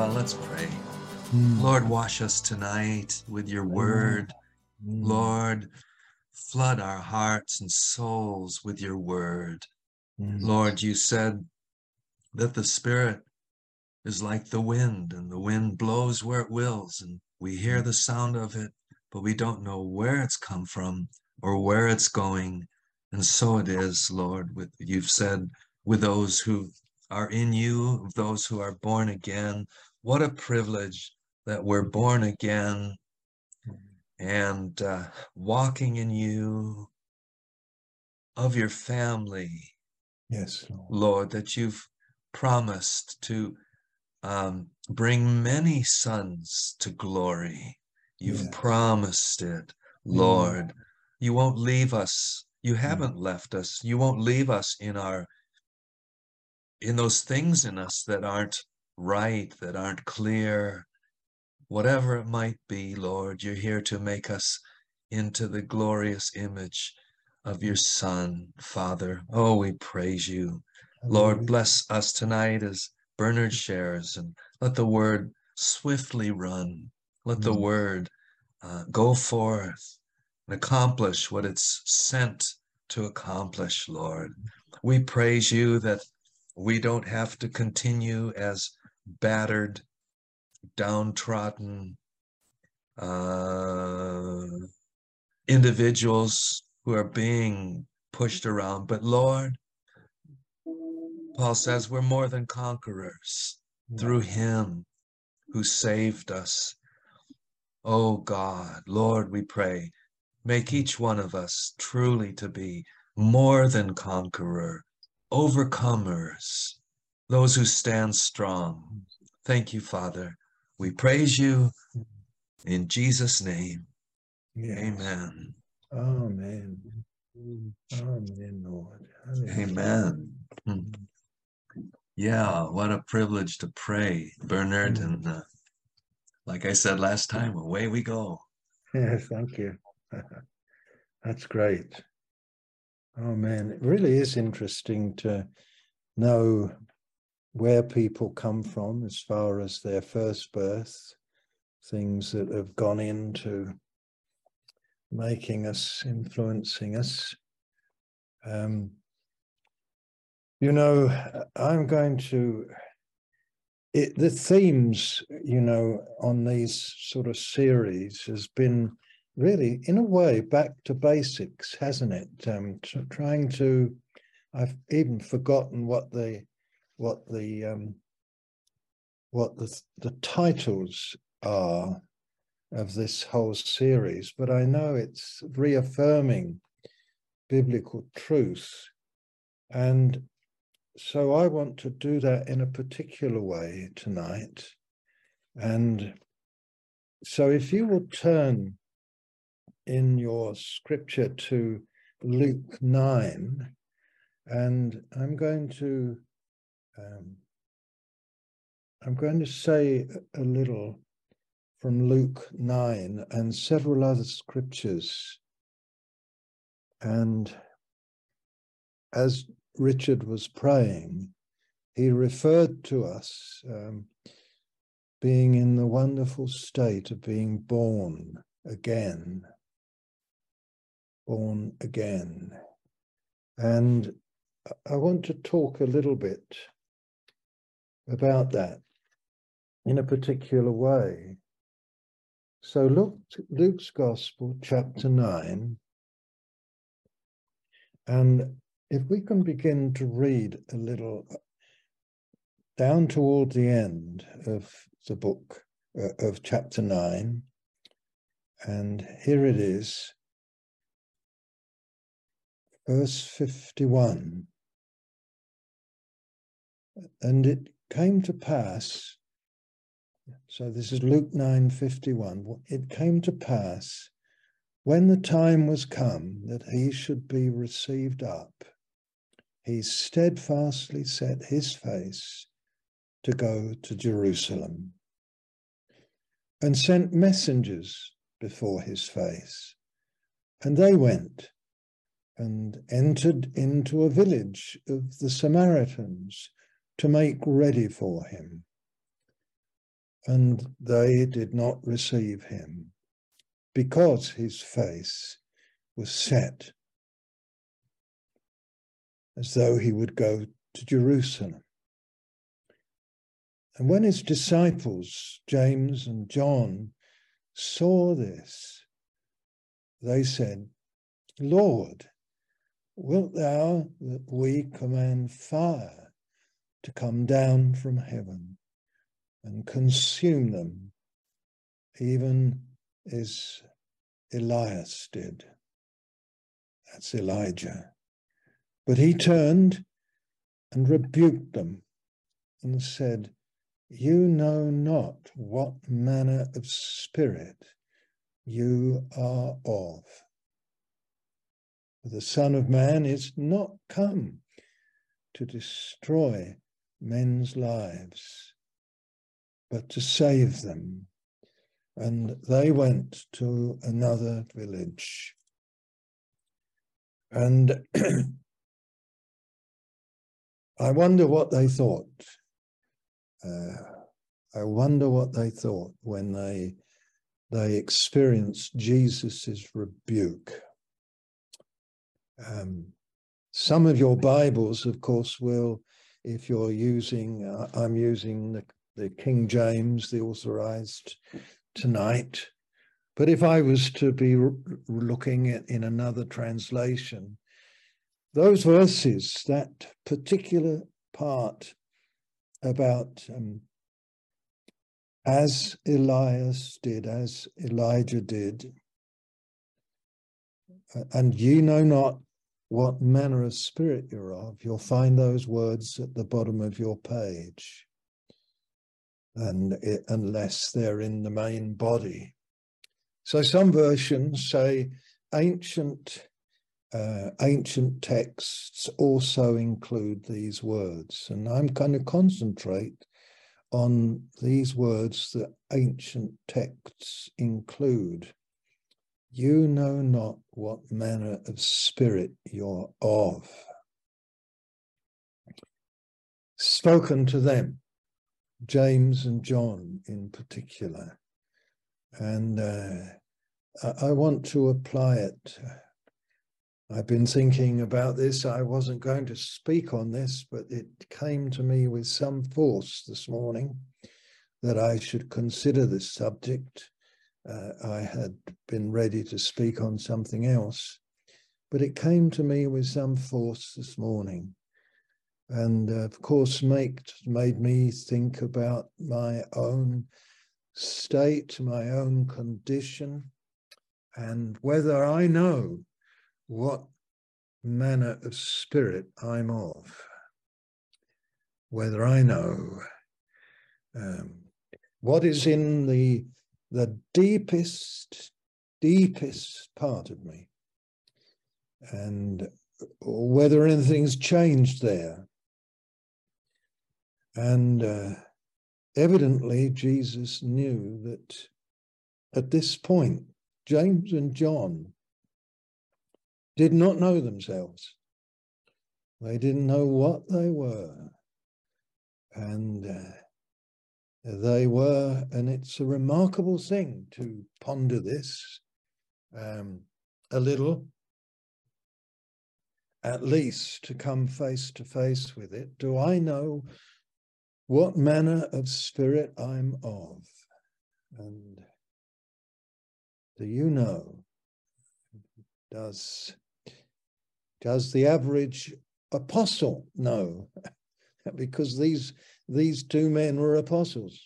Let's pray. Mm. Lord, wash us tonight with your word. Lord, flood our hearts and souls with your word. Lord, you said that the Spirit is like the wind, and the wind blows where it wills, and we hear the sound of it, but we don't know where it's come from or where it's going. And so it is, Lord, you've said with those who are in you, those who are born again. What a privilege that we're born again and walking in you, of your family. Yes, Lord, that you've promised to bring many sons to glory. You've promised it, Lord. You won't leave us. You haven't left us. You won't leave us in those things in us that aren't right, that aren't clear. Whatever it might be, Lord, you're here to make us into the glorious image of your Son, Father. Oh, we praise you. Lord, bless us tonight as Bernard shares, and let the word swiftly run. Let the word go forth and accomplish what it's sent to accomplish, Lord. We praise you that we don't have to continue as battered, downtrodden individuals who are being pushed around. But Lord, Paul says we're more than conquerors through him who saved us. Oh God, Lord, we pray, make each one of us truly to be more than conqueror, overcomers, those who stand strong. Thank you, Father. We praise you in Jesus' name. Amen. Amen. Amen, Lord. Amen. Yeah, what a privilege to pray, Bernard. And like I said last time, away we go. Yeah, thank you. That's great. Oh man, it really is interesting to know where people come from as far as their first birth, things that have gone into making us, influencing us. You know, I'm going to, the themes, you know, on these sort of series has been really, in a way, back to basics, hasn't it? Trying to, I've even forgotten what the titles are of this whole series, but I know it's reaffirming biblical truth. And so I want to do that in a particular way tonight. And so if you will turn in your scripture to Luke 9, and I'm going to say a little from Luke 9 and several other scriptures. And as Richard was praying, he referred to us being in the wonderful state of being born again. Born again. And I want to talk a little bit about that in a particular way. So Luke's Gospel, chapter 9, and if we can begin to read a little down toward the end of the book of chapter 9, and here it is, verse 51. And it came to pass, so this is Luke 9:51, it came to pass when the time was come that he should be received up, he steadfastly set his face to go to Jerusalem, and sent messengers before his face. And they went and entered into a village of the Samaritans to make ready for him. and they did not receive him, because his face was set as though he would go to Jerusalem. And when his disciples, James and John, saw this, they said, Lord, wilt thou that we command fire to come down from heaven and consume them, even as Elias did? That's Elijah. But he turned and rebuked them and said, you know not what manner of spirit you are of. For the Son of Man is not come to destroy men's lives, but to save them. And they went to another village. And I wonder what they thought. I wonder what they thought when they experienced Jesus's rebuke. Some of your Bibles, of course, will, if you're using, I'm using the King James, the Authorized tonight. But if I was to be looking at in another translation, those verses, that particular part about as Elias did, as Elijah did, and ye know not what manner of spirit you're of, you'll find those words at the bottom of your page, and unless they're in the main body. So some versions say ancient texts also include these words, and I'm going to concentrate on these words that ancient texts include. You know not what manner of spirit you're of. Spoken to them, James and John in particular. And I want to apply it. I've been thinking about this. I wasn't going to speak on this, but it came to me with some force this morning that I should consider this subject. I had been ready to speak on something else, but it came to me with some force this morning. And of course, made me think about my own state, my own condition, and whether I know what manner of spirit I'm of, whether I know what is in the deepest part of me, and whether anything's changed there. And evidently Jesus knew that at this point, James and John did not know themselves. They didn't know what they were. And they were, and it's a remarkable thing to ponder this a little, at least to come face to face with it. Do I know what manner of spirit I'm of? And do you know? Does the average apostle know? Because these two men were apostles,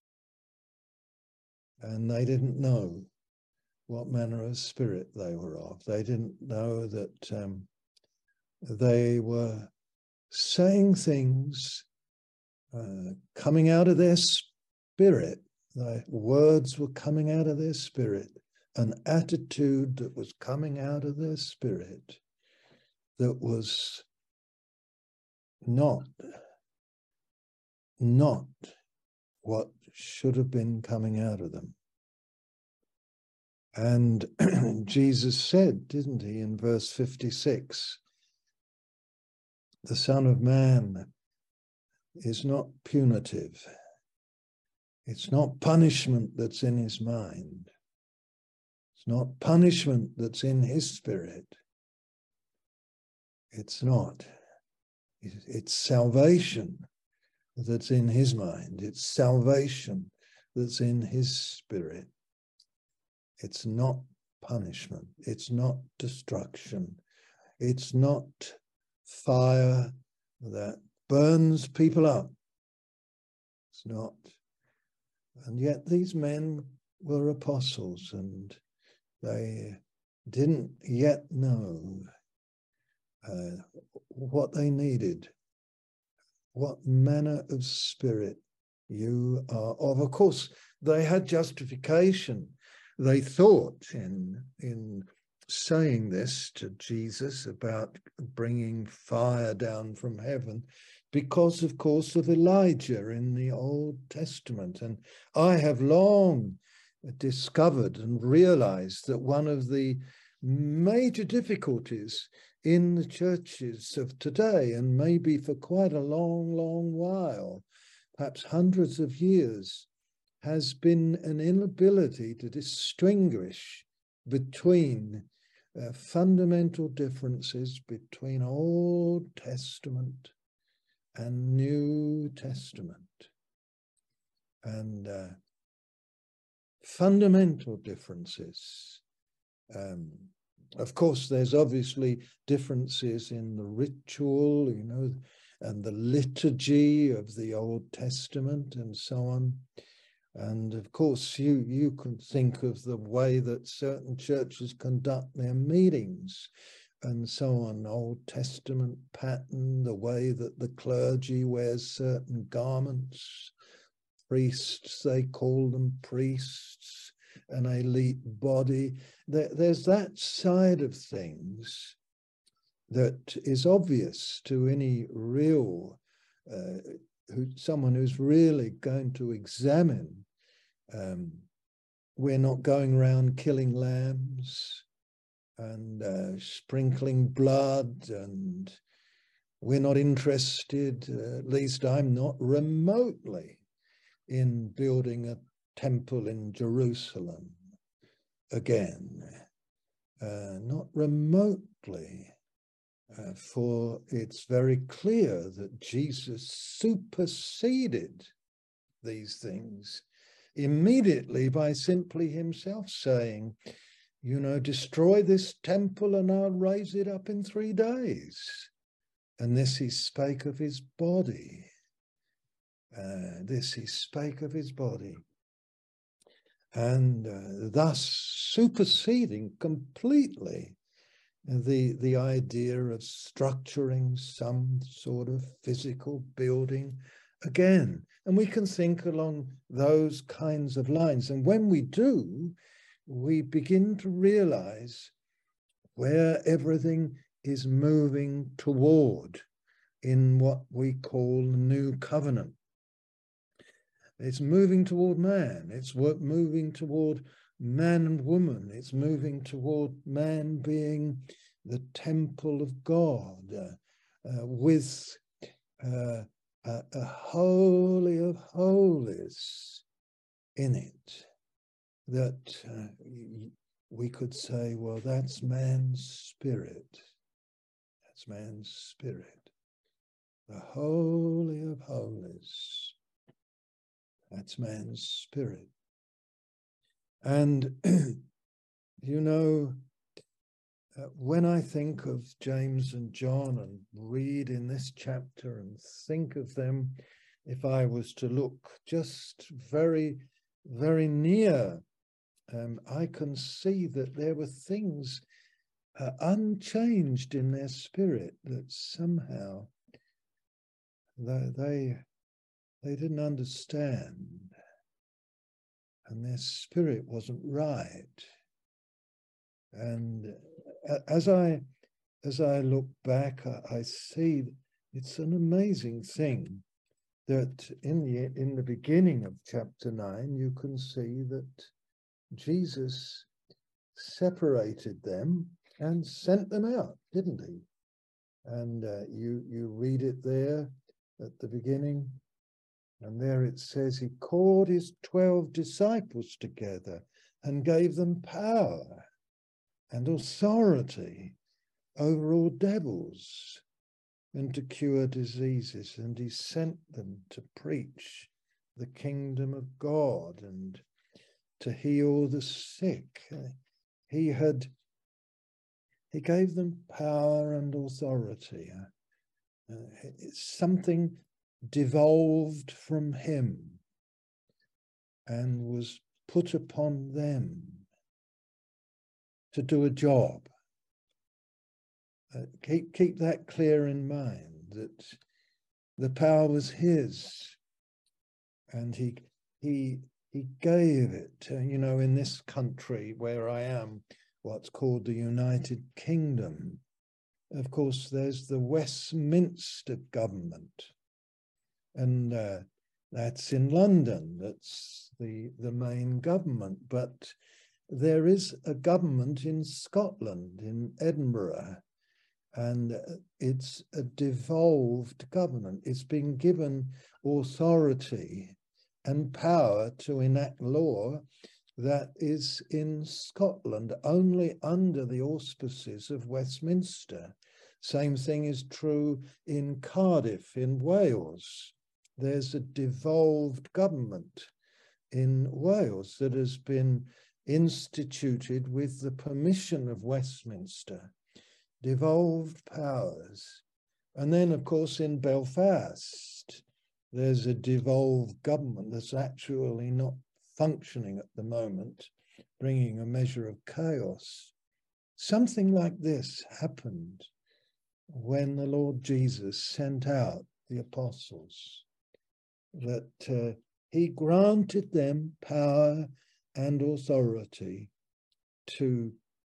and they didn't know what manner of spirit they were of. They didn't know that they were saying things coming out of their spirit. The words were coming out of their spirit, an attitude that was coming out of their spirit that was not what should have been coming out of them. And Jesus said, didn't he, in verse 56, the Son of Man is not punitive, It's not punishment that's in his mind. It's not punishment that's in his spirit. It's not. It's salvation that's in his mind. It's salvation that's in his spirit. It's not punishment. It's not destruction. It's not fire that burns people up. It's not. And yet these men were apostles, and they didn't yet know what they needed, what manner of spirit you are of. Of course, they had justification. They thought in saying this to Jesus about bringing fire down from heaven, because, of course, of Elijah in the Old Testament. And I have long discovered and realized that one of the major difficulties in the churches of today, and maybe for quite a long, long while, perhaps hundreds of years, has been an inability to distinguish between fundamental differences between Old Testament and New Testament. And fundamental differences. Of course, there's obviously differences in the ritual, you know, and the liturgy of the Old Testament and so on. And of course, you can think of the way that certain churches conduct their meetings and so on, Old Testament pattern, the way that the clergy wears certain garments, priests, they call them priests, an elite body. There's that side of things that is obvious to any real, someone who's really going to examine. We're not going around killing lambs and sprinkling blood, and we're not interested, at least I'm not remotely, in building a temple in Jerusalem again, not remotely, for it's very clear that Jesus superseded these things immediately by simply himself saying, you know, destroy this temple and I'll raise it up in 3 days. And this he spake of his body. This he spake of his body. And thus superseding completely the idea of structuring some sort of physical building again. And we can think along those kinds of lines. And when we do, we begin to realize where everything is moving toward in what we call the new covenant. It's moving toward man. It's moving toward man and woman. It's moving toward man being the temple of God with a holy of holies in it, that we could say, well, that's man's spirit. That's man's spirit. The holy of holies. That's man's spirit. And, you know, when I think of James and John and read in this chapter and think of them, if I was to look just very, very near, I can see that there were things unchanged in their spirit, that somehow they didn't understand, and their spirit wasn't right. And as I look back, I see it's an amazing thing that in the beginning of chapter 9, you can see that Jesus separated them and sent them out, didn't he? And you read it there at the beginning. And there it says he called his 12 disciples together and gave them power and authority over all devils and to cure diseases. And he sent them to preach the kingdom of God and to heal the sick. He gave them power and authority. It's something devolved from him and was put upon them to do a job. Keep that clear in mind, that the power was his, and he gave it. In this country where I am, what's called the United Kingdom, of course, there's the Westminster government, and that's in London. That's the main government. But there is a government in Scotland, in Edinburgh, and it's a devolved government. It's been given authority and power to enact law that is in Scotland only under the auspices of Westminster. Same thing is true in Cardiff, in Wales. There's a devolved government in Wales that has been instituted with the permission of Westminster. Devolved powers. And then, of course, in Belfast, there's a devolved government that's actually not functioning at the moment, bringing a measure of chaos. Something like this happened when the Lord Jesus sent out the apostles, that he granted them power and authority to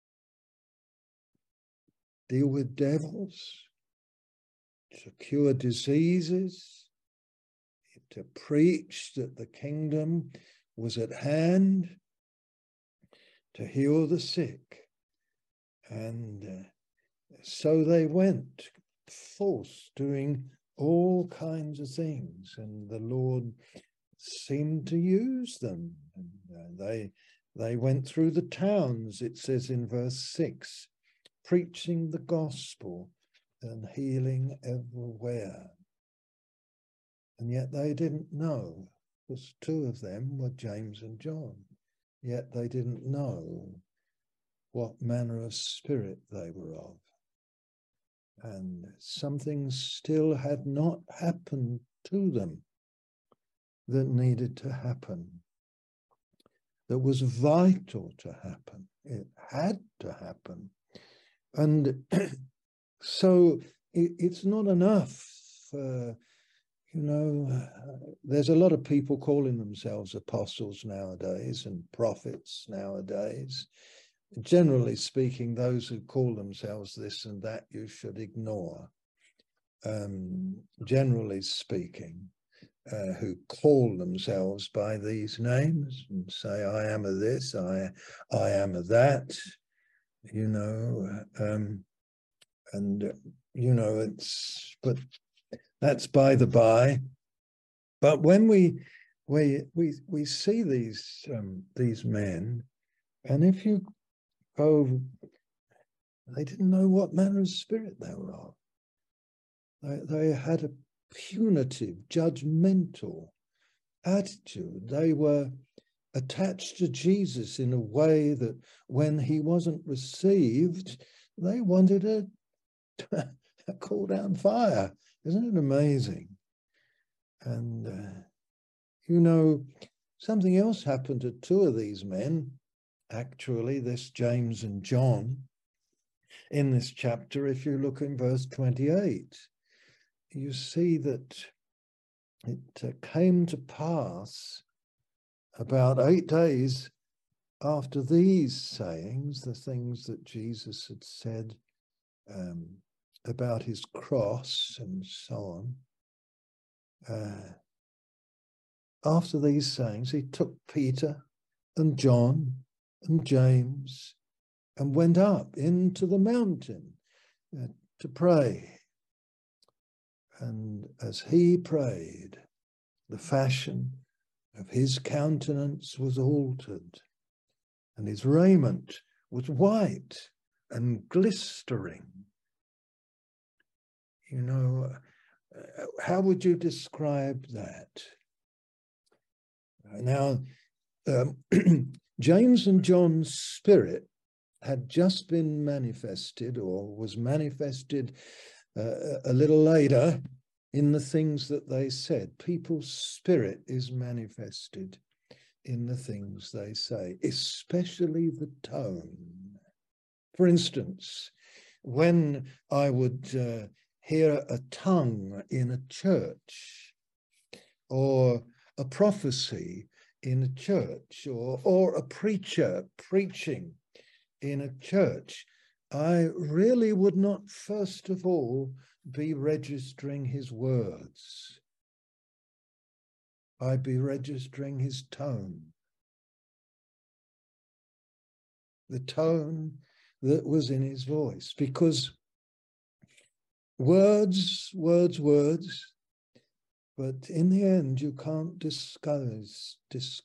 deal with devils, to cure diseases, to preach that the kingdom was at hand, to heal the sick. And so they went forth doing all kinds of things, and the Lord seemed to use them. And they went through the towns, it says in verse 6, preaching the gospel and healing everywhere. And yet they didn't know, because two of them were James and John, yet they didn't know what manner of spirit they were of. And something still had not happened to them that needed to happen, that was vital to happen. It had to happen. And so it's not enough. There's a lot of people calling themselves apostles nowadays and prophets nowadays. Generally speaking, those who call themselves this and that, you should ignore. Generally speaking, who call themselves by these names and say, I am of this, I am of that, but that's by the by. But when we see these men, and if you go, they didn't know what manner of spirit they were of. They had a punitive, judgmental attitude. They were attached to Jesus in a way that when he wasn't received, they wanted to call down fire. Isn't it amazing? And, something else happened to two of these men, actually, this James and John, in this chapter. If you look in verse 28, you see that it came to pass about 8 days after these sayings, the things that Jesus had said about his cross and so on. After these sayings, he took Peter and John and James and went up into the mountain to pray. And as he prayed, The fashion of his countenance was altered, and his raiment was white and glistering. You know, how would you describe that? Now, James and John's spirit had just been manifested, or was manifested a little later in the things that they said. People's spirit is manifested in the things they say, especially the tone. For instance, when I would hear a tongue in a church, or a prophecy in a church, or a preacher preaching in a church, I really would not first of all be registering his words. I'd be registering his tone. The tone that was in his voice, because words, but in the end you can't disguise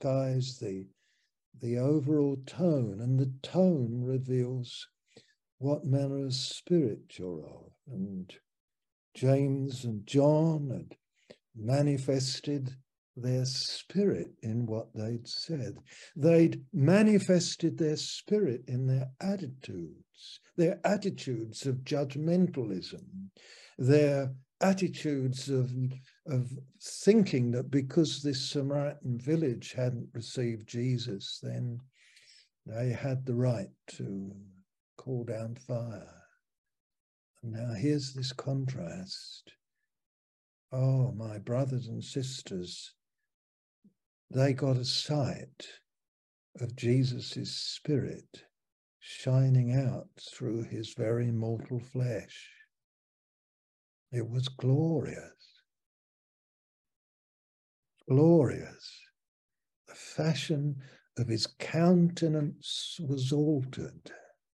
the overall tone, and the tone reveals what manner of spirit you're of. And James and John had manifested their spirit in what they'd said. They'd manifested their spirit in their attitudes of judgmentalism, their attitudes of thinking that because this Samaritan village hadn't received Jesus, then they had the right to call down fire. And now here's this contrast. Oh, my brothers and sisters, they got a sight of Jesus's spirit shining out through his very mortal flesh. It was glorious. Glorious. The fashion of his countenance was altered.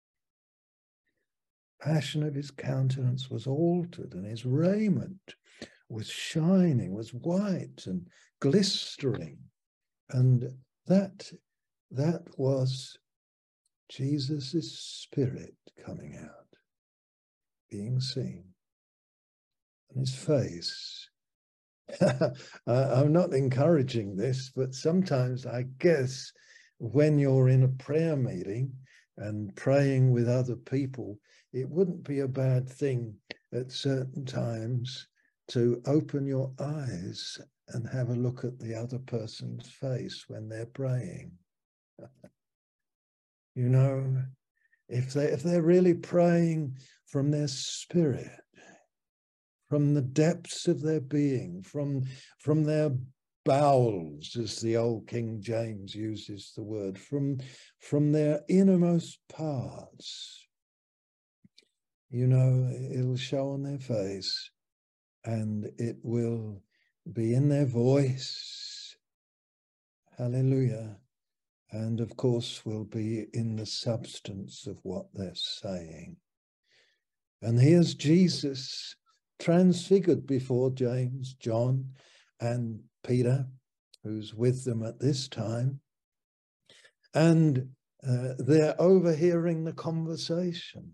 Passion of his countenance was altered, and his raiment was shining, was white and glistering. And that was Jesus's spirit coming out, being seen. And his face. I'm not encouraging this, but sometimes I guess when you're in a prayer meeting and praying with other people, it wouldn't be a bad thing at certain times to open your eyes and have a look at the other person's face when they're praying. You know, if they're really praying from their spirit, from the depths of their being, from their bowels, as the old King James uses the word, from their innermost parts, you know, it'll show on their face, and it will be in their voice. Hallelujah. And of course will be in the substance of what they're saying. And here's Jesus transfigured before James, John, and Peter, who's with them at this time. And they're overhearing the conversation,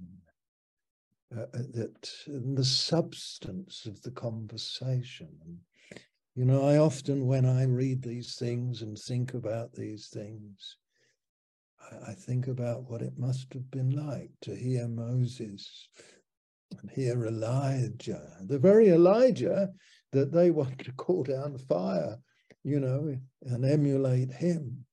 the substance of the conversation. You know, I often, when I read these things and think about these things, I think about what it must have been like to hear Moses and hear Elijah, the very Elijah that they want to call down fire, you know, and emulate him.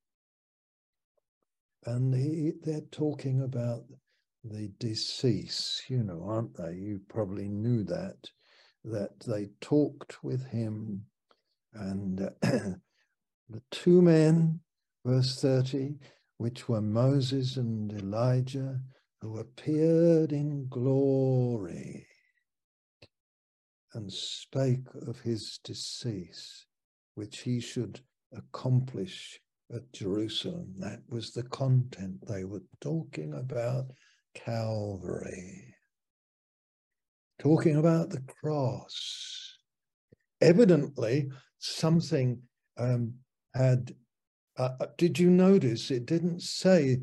And they're talking about the decease, you know, aren't they? You probably knew that they talked with him. And the two men, verse 30, which were Moses and Elijah, who appeared in glory and spake of his decease, which he should accomplish at Jerusalem. That was the content. They were talking about Calvary, talking about the cross, evidently something had, did you notice it didn't say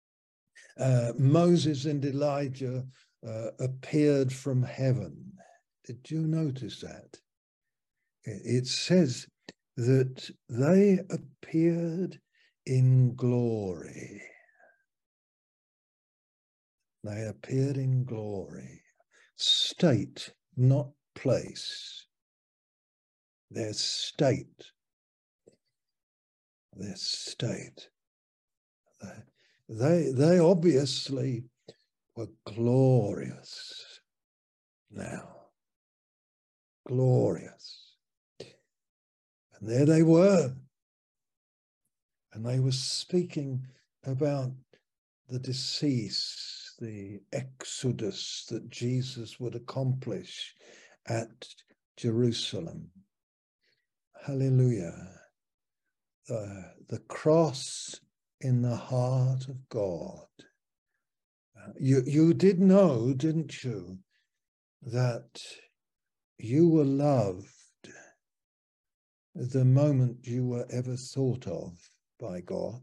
Moses and Elijah appeared from heaven? Did you notice that? It says that they appeared in glory. They appeared in glory. State, not place. Their state. Their state. They obviously were glorious now. Glorious. And there they were. And they were speaking about the decease, the exodus that Jesus would accomplish at Jerusalem. Hallelujah. The cross in the heart of God. You did know, didn't you, that you were loved the moment you were ever thought of by God?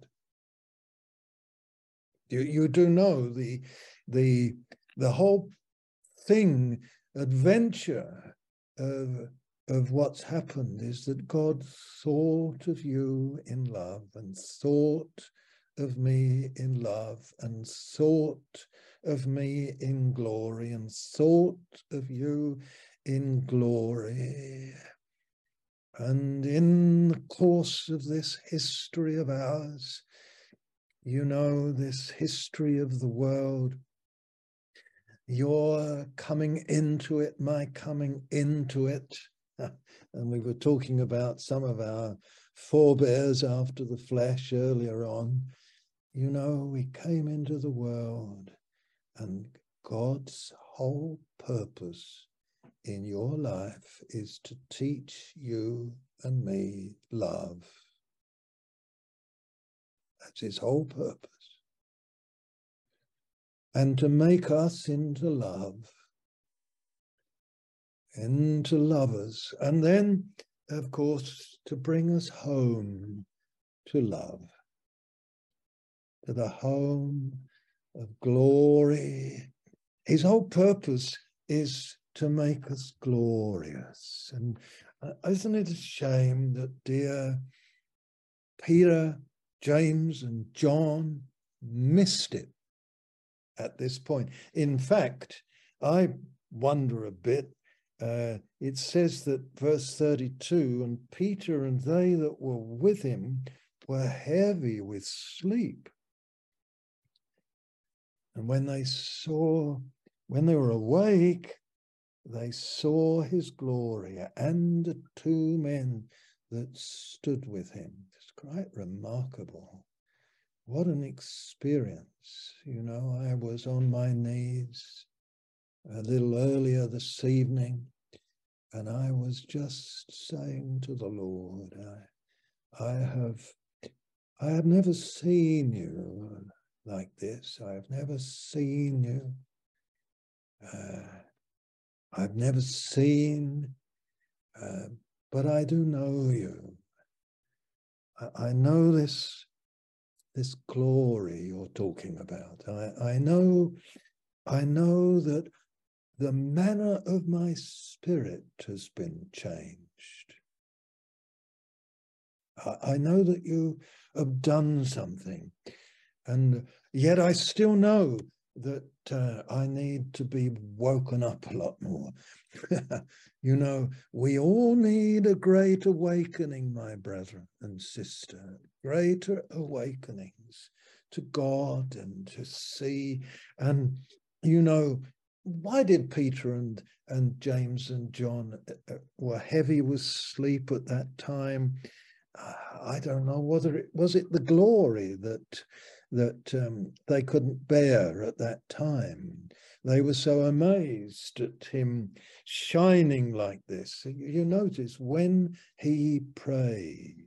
You do know the whole thing, adventure of what's happened is that God thought of you in love and thought of me in love and thought of me in glory and thought of you in glory. And in the course of this history of ours, you know, this history of the world, your coming into it, my coming into it. And we were talking about some of our forebears after the flesh earlier on. You know, we came into the world, and God's whole purpose in your life is to teach you and me love. That's his whole purpose. And to make us into love, into lovers, and then, of course, to bring us home to love, to the home of glory. His whole purpose is to make us glorious. And isn't it a shame that dear Peter, James, and John missed it at this point? In fact, I wonder a bit. It says that verse 32, and Peter and they that were with him were heavy with sleep. And when they were awake, they saw his glory and the two men that stood with him. It's quite remarkable. What an experience. You know, I was on my knees a little earlier this evening, and I was just saying to the Lord, I have never seen you like this. I have never seen you. I've never seen, but I do know you. I know this glory you're talking about. I know that the manner of my spirit has been changed. I know that you have done something, and yet I still know that I need to be woken up a lot more. You know, we all need a great awakening, my brother and sister, greater awakenings to God and to see. And, you know, why did Peter and James and John were heavy with sleep at that time? I don't know whether it was the glory that they couldn't bear at that time. They were so amazed at him shining like this. You notice when he prayed,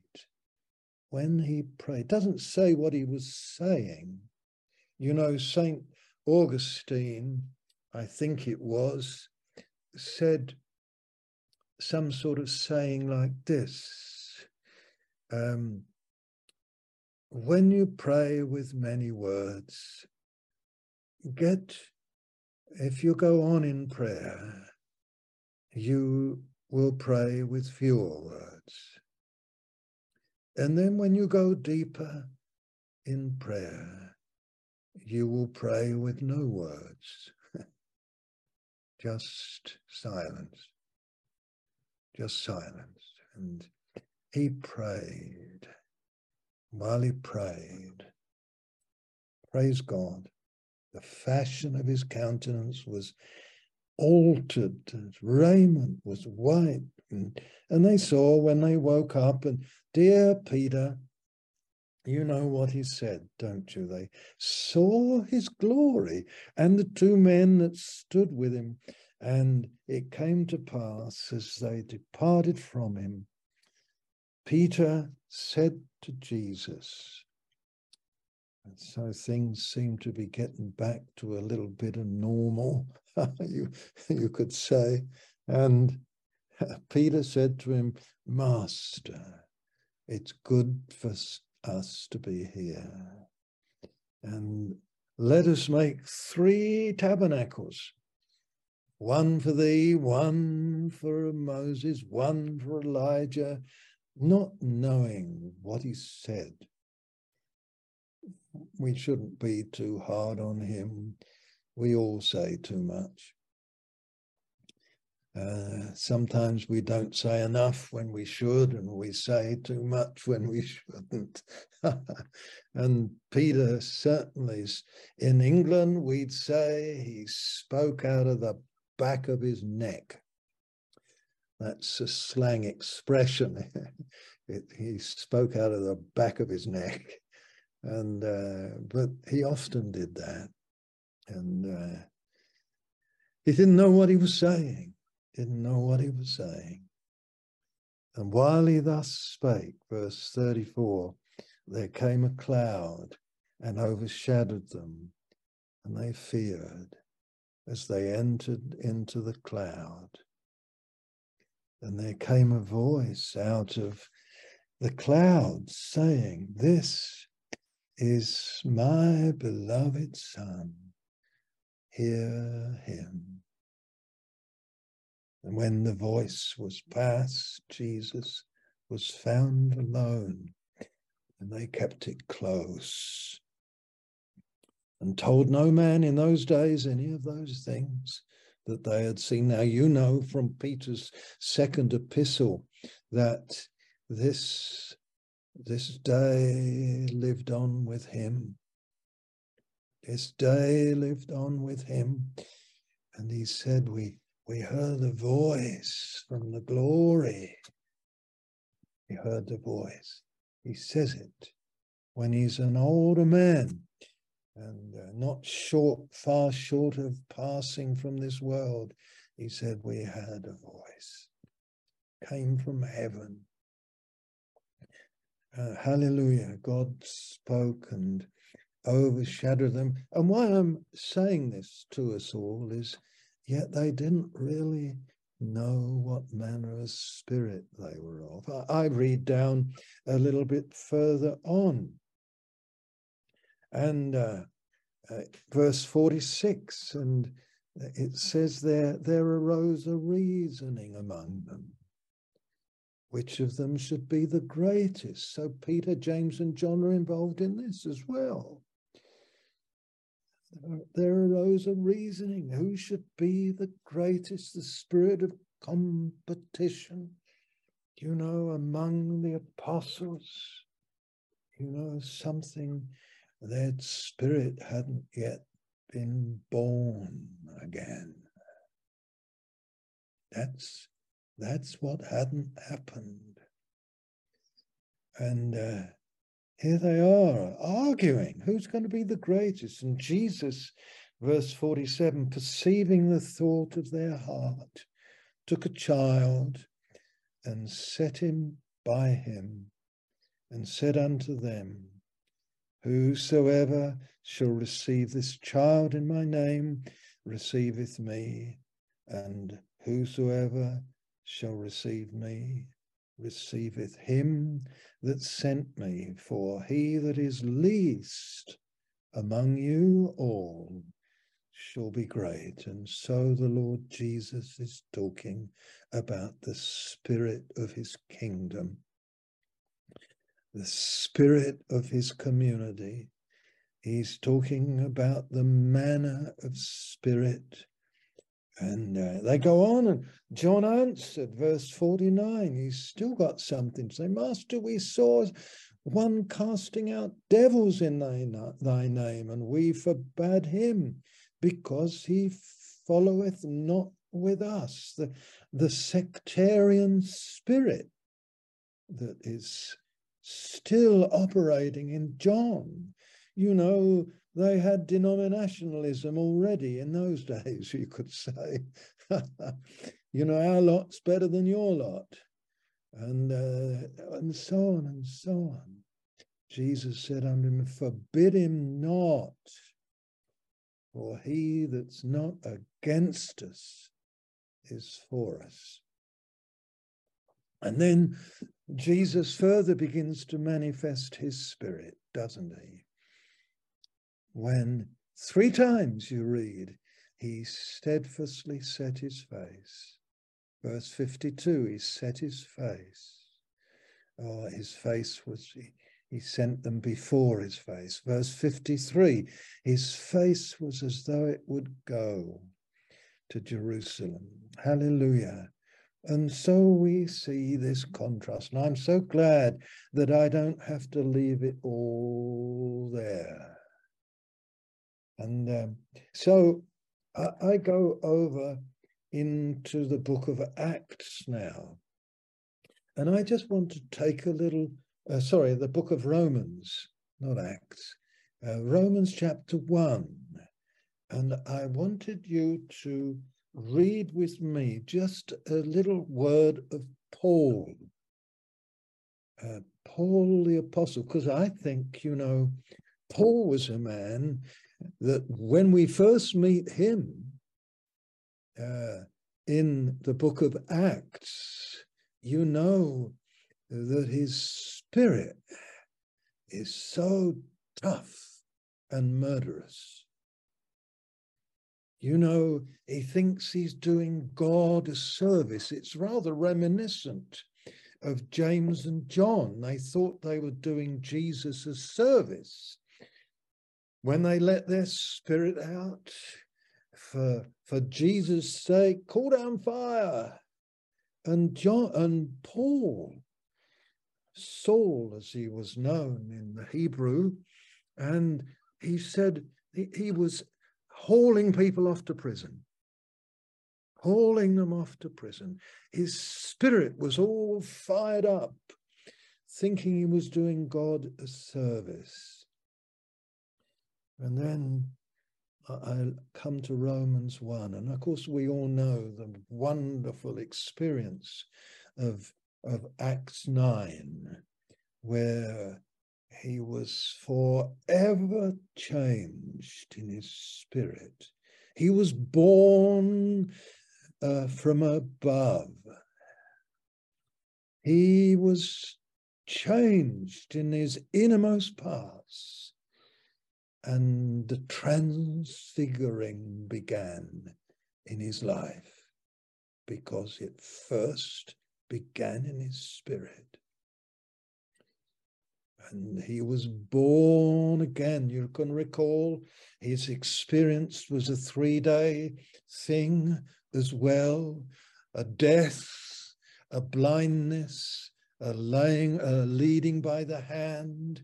doesn't say what he was saying. You know, St. Augustine, I think it was, said some sort of saying like this. When you pray with many words, if you go on in prayer, you will pray with fewer words. And then when you go deeper in prayer, you will pray with no words, just silence, just silence. And he prayed. While he prayed, praise God, the fashion of his countenance was altered, his raiment was white. And they saw when they woke up, and dear Peter, you know what he said, don't you? They saw his glory and the two men that stood with him. And it came to pass, as they departed from him, Peter said to Jesus, and so things seem to be getting back to a little bit of normal, you could say. And Peter said to him, Master, it's good for us to be here. And let us make 3 tabernacles, one for thee, one for Moses, one for Elijah, not knowing what he said. We shouldn't be too hard on him. We all say too much. Sometimes we don't say enough when we should, and we say too much when we shouldn't. And Peter certainly, in England, we'd say he spoke out of the back of his neck. That's a slang expression. He spoke out of the back of his neck. And but he often did that. And he didn't know what he was saying. Didn't know what he was saying. And while he thus spake, verse 34, there came a cloud and overshadowed them, and they feared as they entered into the cloud. And there came a voice out of the cloud saying, This is my beloved Son, hear him. And when the voice was past, Jesus was found alone, and they kept it close, and told no man in those days any of those things that they had seen. Now, you know from Peter's second epistle that this day lived on with him. This day lived on with him. And he said, we heard a voice from the glory. He heard the voice. He says it when he's an older man and far short of passing from this world. He said, we heard a voice. Came from heaven. Hallelujah. God spoke and overshadowed them. And why I'm saying this to us all is, yet they didn't really know what manner of spirit they were of. I read down a little bit further on. And verse 46, and it says there arose a reasoning among them. Which of them should be the greatest? So Peter, James, and John are involved in this as well. There arose a reasoning. Who should be the greatest? The spirit of competition, among the apostles. Something, their spirit hadn't yet been born again. That's what hadn't happened. And here they are arguing who's going to be the greatest. And Jesus, verse 47, perceiving the thought of their heart, took a child and set him by him and said unto them, Whosoever shall receive this child in my name receiveth me, and whosoever shall receive me, receiveth him that sent me. For he that is least among you all shall be great. And so the Lord Jesus is talking about the spirit of his kingdom, the spirit of his community. He's talking about the manner of spirit. And they go on, and John answered, verse 49, he's still got something to say. Master, we saw one casting out devils in thy name, and we forbade him, because he followeth not with us. The sectarian spirit that is still operating in John. You know, they had denominationalism already in those days, you could say. You know, our lot's better than your lot. And so on and so on. Jesus said unto him, forbid him not, for he that's not against us is for us. And then Jesus further begins to manifest his spirit, doesn't he? When 3 times you read, he steadfastly set his face. Verse 52, he set his face. Oh, his face was, he sent them before his face. Verse 53, his face was as though it would go to Jerusalem. Hallelujah. And so we see this contrast. And I'm so glad that I don't have to leave it all there. And so I go over into the book of Acts now. And I just want to take a little, the book of Romans, not Acts, Romans chapter 1. And I wanted you to read with me just a little word of Paul. Paul the Apostle, because I think, you know, Paul was a man that when we first meet him in the book of Acts, you know that his spirit is so tough and murderous. You know, he thinks he's doing God a service. It's rather reminiscent of James and John. They thought they were doing Jesus a service when they let their spirit out for Jesus' sake. Call down fire. And John and Paul, Saul as he was known in the Hebrew, and he said he was hauling people off to prison, hauling them off to prison. His spirit was all fired up, thinking he was doing God a service. And then I come to Romans 1. And of course, we all know the wonderful experience of Acts 9, where he was forever changed in his spirit. He was born from above. He was changed in his innermost parts. And the transfiguring began in his life, because it first began in his spirit. And he was born again. You can recall his experience was a 3-day thing as well, a death, a blindness, a leading by the hand,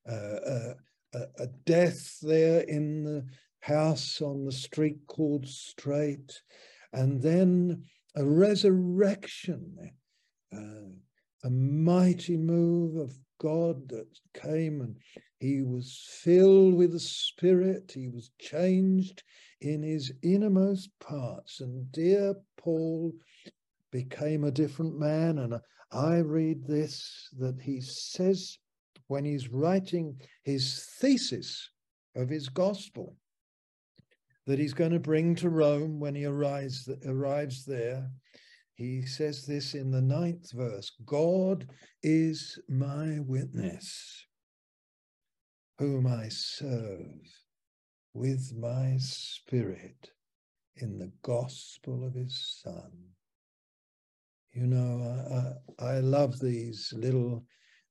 a death there in the house on the street called Straight, and then a resurrection, a mighty move of God that came, and he was filled with the Spirit. He was changed in his innermost parts, and dear Paul became a different man. And I read this, that he says, when he's writing his thesis of his gospel that he's going to bring to Rome when he arrives there, he says this in the 9th verse, God is my witness, whom I serve with my spirit in the gospel of his Son. You know, I love these little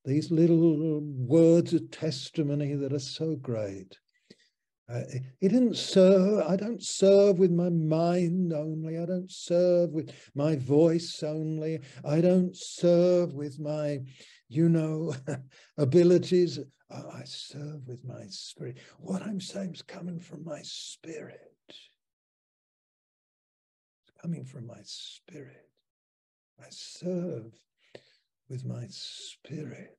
words of testimony that are so great. He didn't serve. I don't serve with my mind only. I don't serve with my voice only. I don't serve with my, you know, abilities. I serve with my spirit. What I'm saying is coming from my spirit. It's coming from my spirit. I serve with my spirit.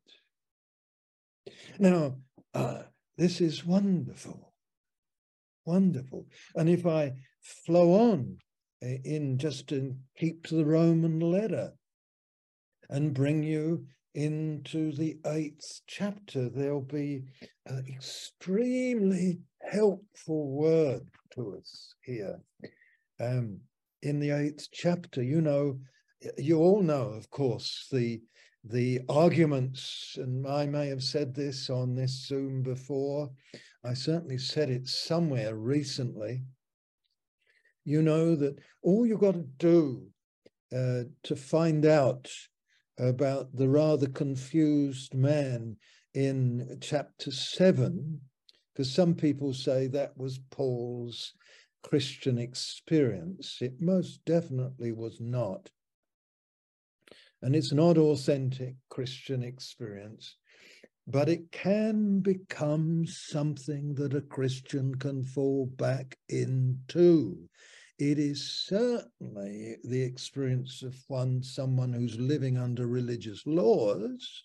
Now, this is wonderful. Wonderful. And if I flow on to keep to the Roman letter and bring you into the 8th chapter, there'll be an extremely helpful word to us here. In the 8th chapter, you know, you all know, of course, the arguments, and I may have said this on this Zoom before. I certainly said it somewhere recently. You know that all you've got to do to find out about the rather confused man in chapter 7, because some people say that was Paul's Christian experience. It most definitely was not. And it's not authentic Christian experience, but it can become something that a Christian can fall back into. It is certainly the experience of someone who's living under religious laws,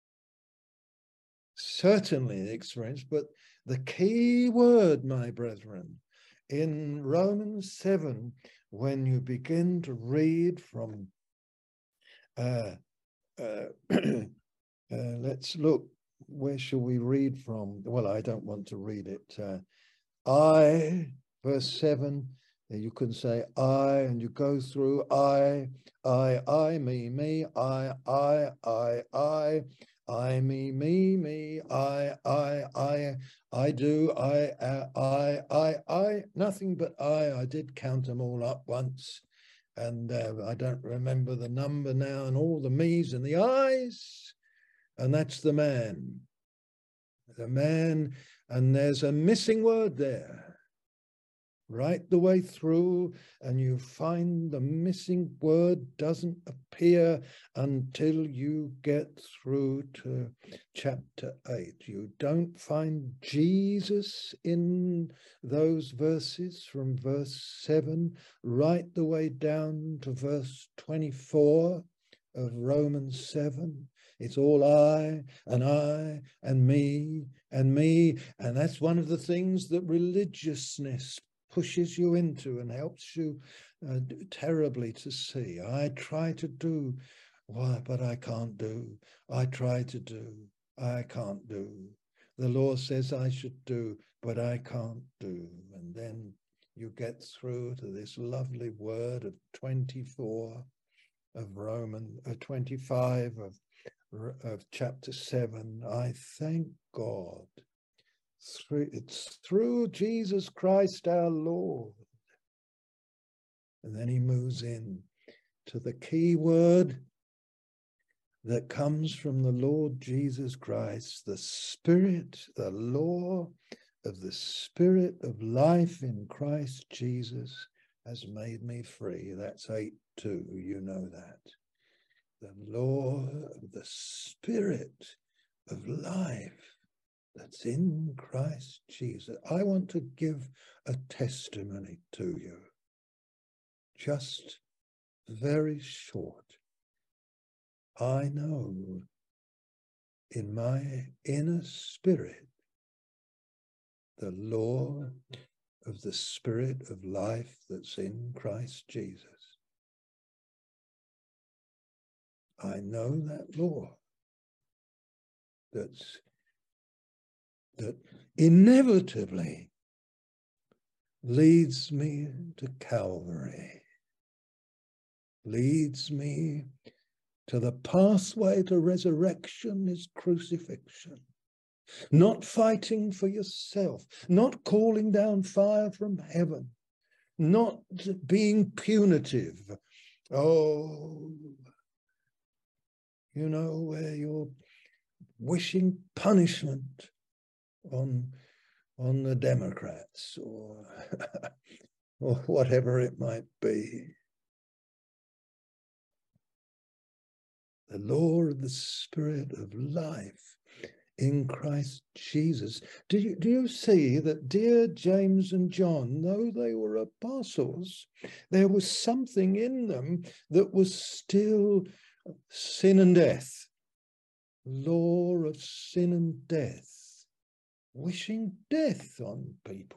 certainly the experience, but the key word, my brethren, in Romans 7, when you begin to read from let's look, where shall we read from? Well, I don't want to read it. Verse 7, you can say I, and you go through I, me, I, me, I do, I, nothing but I did count them all up once. And I don't remember the number now, and all the me's and the I's, and that's the man. The man, and there's a missing word there, right the way through, and you find the missing word doesn't appear until you get through to chapter 8. You don't find Jesus in those verses from verse 7 right the way down to verse 24 of Romans 7. It's all I and me, and that's one of the things that religiousness pushes you into and helps you terribly to see. I try to do, but I can't do. I try to do, I can't do. The law says I should do, but I can't do. And then you get through to this lovely word of 24 of Romans, 25 of chapter 7. I thank God. It's through Jesus Christ our Lord. And then he moves in to the key word that comes from the Lord Jesus Christ, the Spirit, the law of the Spirit of life in Christ Jesus has made me free. That's 8:2, you know that. The law of the Spirit of life that's in Christ Jesus. I want to give a testimony to you, just very short. I know in my inner spirit the law of the Spirit of life that's in Christ Jesus. I know that law that inevitably leads me to Calvary. leads me to the pathway to resurrection is crucifixion. Not fighting for yourself, not calling down fire from heaven, not being punitive. Oh, you know, where you're wishing punishment on the Democrats or or whatever it might be. The law of the Spirit of life in Christ Jesus. Do you see that dear James and John, though they were apostles, there was something in them that was still sin and death, law of sin and death, wishing death on people.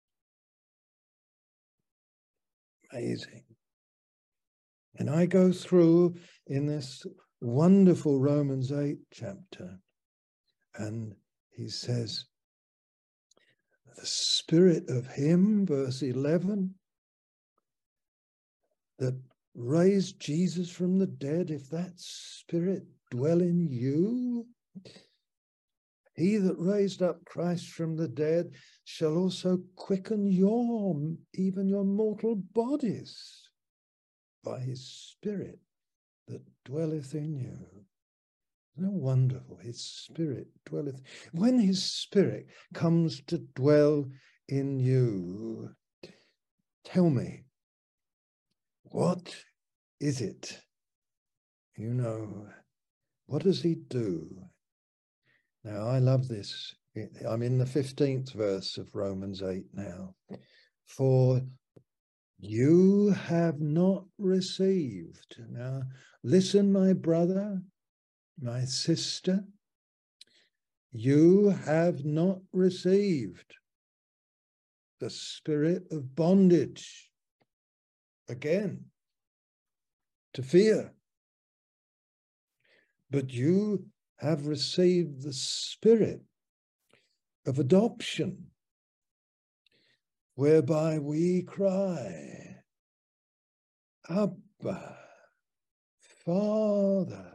Amazing. And I go through in this wonderful Romans 8 chapter, and he says, the Spirit of him, verse 11, that raised Jesus from the dead, if that Spirit dwell in you, he that raised up Christ from the dead shall also quicken even your mortal bodies by his Spirit that dwelleth in you. Isn't it wonderful? His Spirit dwelleth. When his Spirit comes to dwell in you, tell me, what is it? You know, what does he do? Now, I love this. I'm in the 15th verse of Romans 8 now. For you have not received. Now, listen, my brother, my sister, you have not received the spirit of bondage, again, to fear, but you have received the Spirit of adoption, whereby we cry, Abba, Father.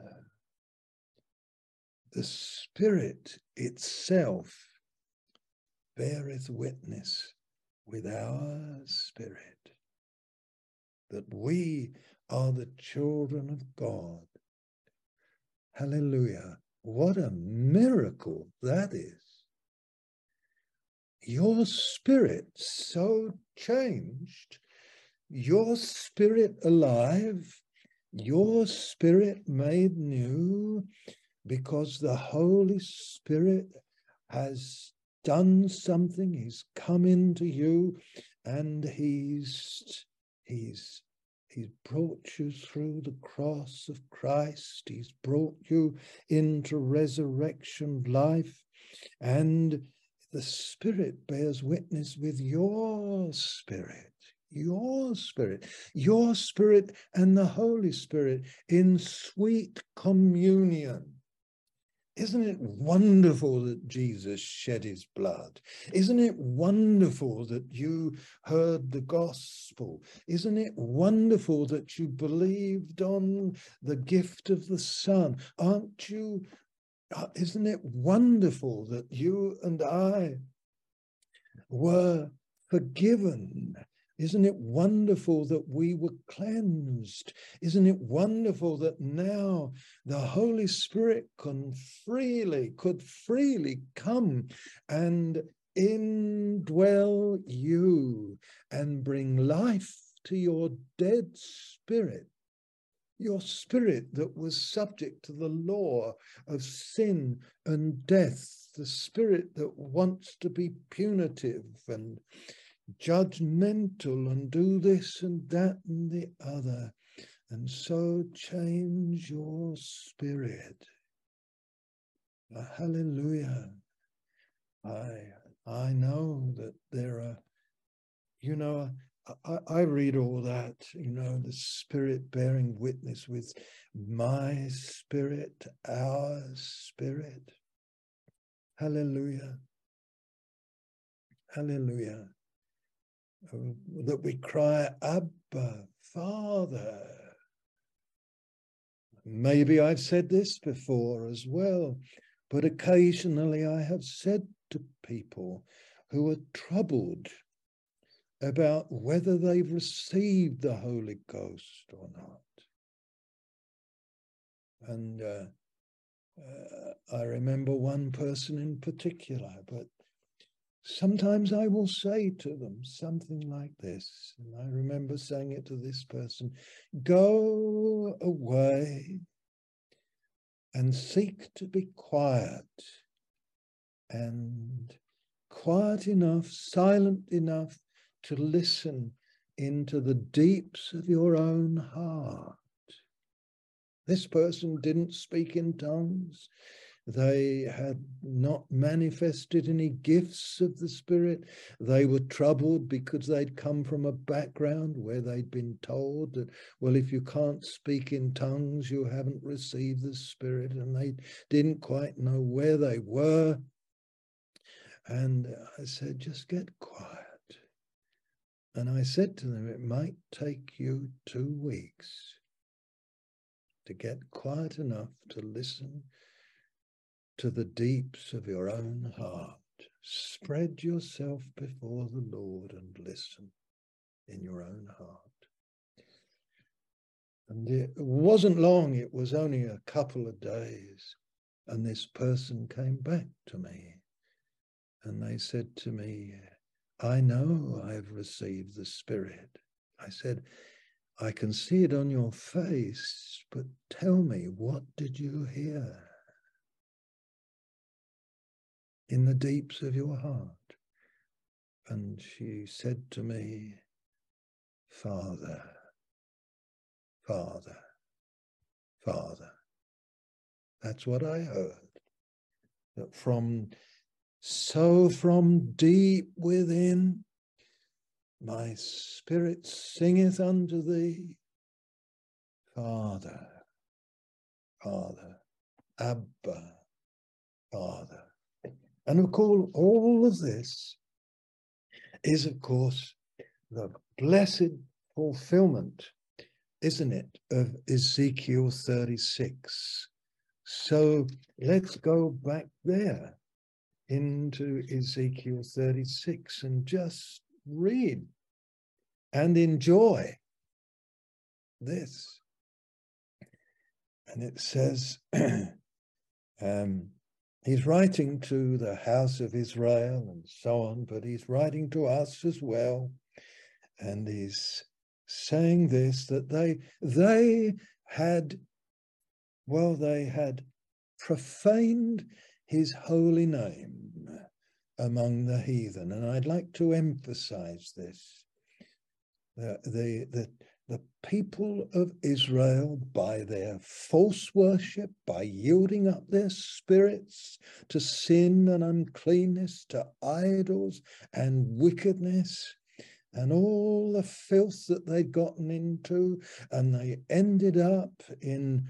The Spirit itself beareth witness with our spirit that we are the children of God. Hallelujah. What a miracle that is. Your spirit so changed, your spirit alive, your spirit made new, because the Holy Spirit has done something. He's come into you and he's brought you through the cross of Christ. He's brought you into resurrection life, and the Spirit bears witness with your spirit, your spirit and the Holy Spirit in sweet communion. Isn't it wonderful that Jesus shed his blood? Isn't it wonderful that you heard the gospel? Isn't it wonderful that you believed on the gift of the Son? Isn't it wonderful that you and I were forgiven? Isn't it wonderful that we were cleansed? Isn't it wonderful that now the Holy Spirit could freely come and indwell you and bring life to your dead spirit? Your spirit that was subject to the law of sin and death, the spirit that wants to be punitive and judgmental and do this and that and the other, and so change your spirit. Hallelujah. I know that there are, I read all that, the Spirit bearing witness with my spirit, our spirit. Hallelujah. Hallelujah. That we cry, Abba, Father. maybe I've said this before as well, but occasionally I have said to people who are troubled about whether they've received the Holy Ghost or not. And I remember one person in particular, but sometimes I will say to them something like this. And I remember saying it to this person: go away and seek to be quiet, and quiet enough, silent enough to listen into the deeps of your own heart. This person didn't speak in tongues. They had not manifested any gifts of the Spirit. They were troubled because they'd come from a background where they'd been told that, well, if you can't speak in tongues, you haven't received the Spirit. And they didn't quite know where they were. And I said, just get quiet. And I said to them, it might take you 2 weeks to get quiet enough to listen to the deeps of your own heart. Spread yourself before the Lord and listen in your own heart. And it wasn't long, it was only a couple of days, and this person came back to me and they said to me, I know I've received the Spirit. I said, I can see it on your face, but tell me, what did you hear in the deeps of your heart? And she said to me, Father, Father, Father. That's what I heard. That from deep within, my spirit singeth unto thee, Father, Father, Abba, Father. And of course, all of this is, of course, the blessed fulfillment, isn't it, of Ezekiel 36. So let's go back there into Ezekiel 36 and just read and enjoy this. And it says, he's writing to the house of Israel and so on, but he's writing to us as well. And he's saying this, that they had profaned his holy name among the heathen. And I'd like to emphasize this. The people of Israel, by their false worship, by yielding up their spirits to sin and uncleanness, to idols and wickedness, and all the filth that they'd gotten into, and they ended up in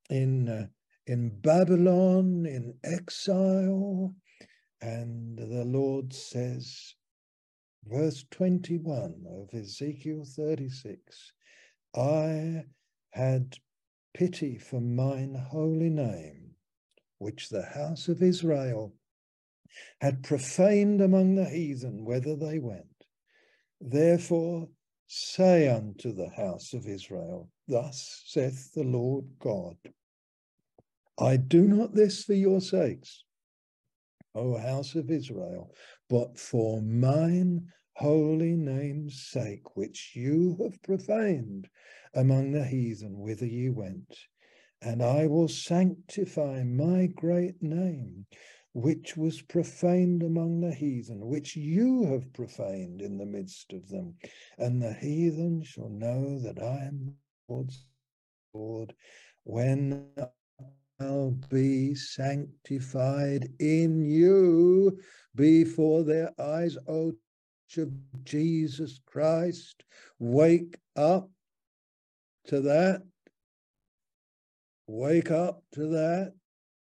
Babylon, in exile. And the Lord says, verse 21 of Ezekiel 36, I had pity for mine holy name, which the house of Israel had profaned among the heathen, whither they went. Therefore say unto the house of Israel, thus saith the Lord God, I do not this for your sakes, O house of Israel, but for mine holy name's sake, which you have profaned among the heathen, whither ye went. And I will sanctify my great name, which was profaned among the heathen, which you have profaned in the midst of them. And the heathen shall know that I am the Lord, when I'll be sanctified in you before their eyes, O Church of Jesus Christ. Wake up to that. Wake up to that.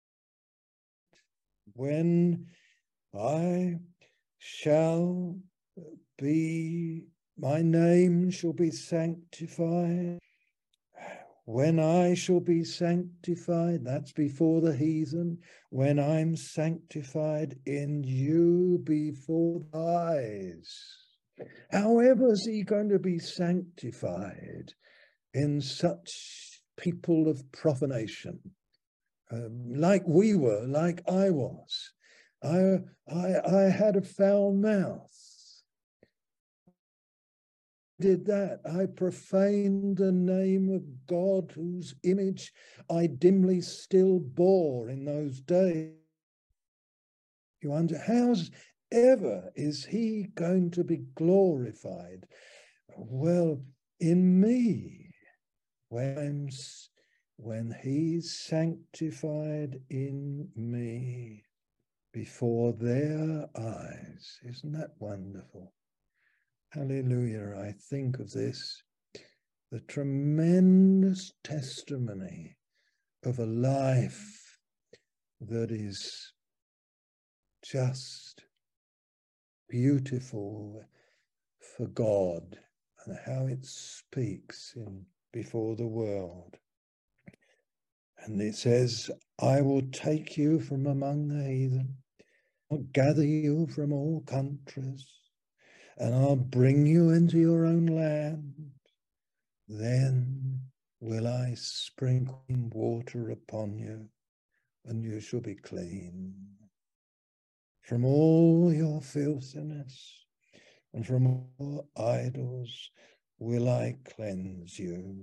When I shall be, my name shall be sanctified. When I shall be sanctified, that's before the heathen, when I'm sanctified in you before the eyes. However is he going to be sanctified in such people of profanation, like we were, like I was? I had a foul mouth. Did that. I profaned the name of God, whose image I dimly still bore in those days. You wonder, how's ever is he going to be glorified? Well, in me, when he's sanctified in me before their eyes. Isn't that wonderful? Hallelujah. I think of this, the tremendous testimony of a life that is just beautiful for God, and how it speaks before the world. And it says, I will take you from among the heathen, I'll gather you from all countries, and I'll bring you into your own land. Then will I sprinkle water upon you, and you shall be clean. From all your filthiness and from all idols will I cleanse you.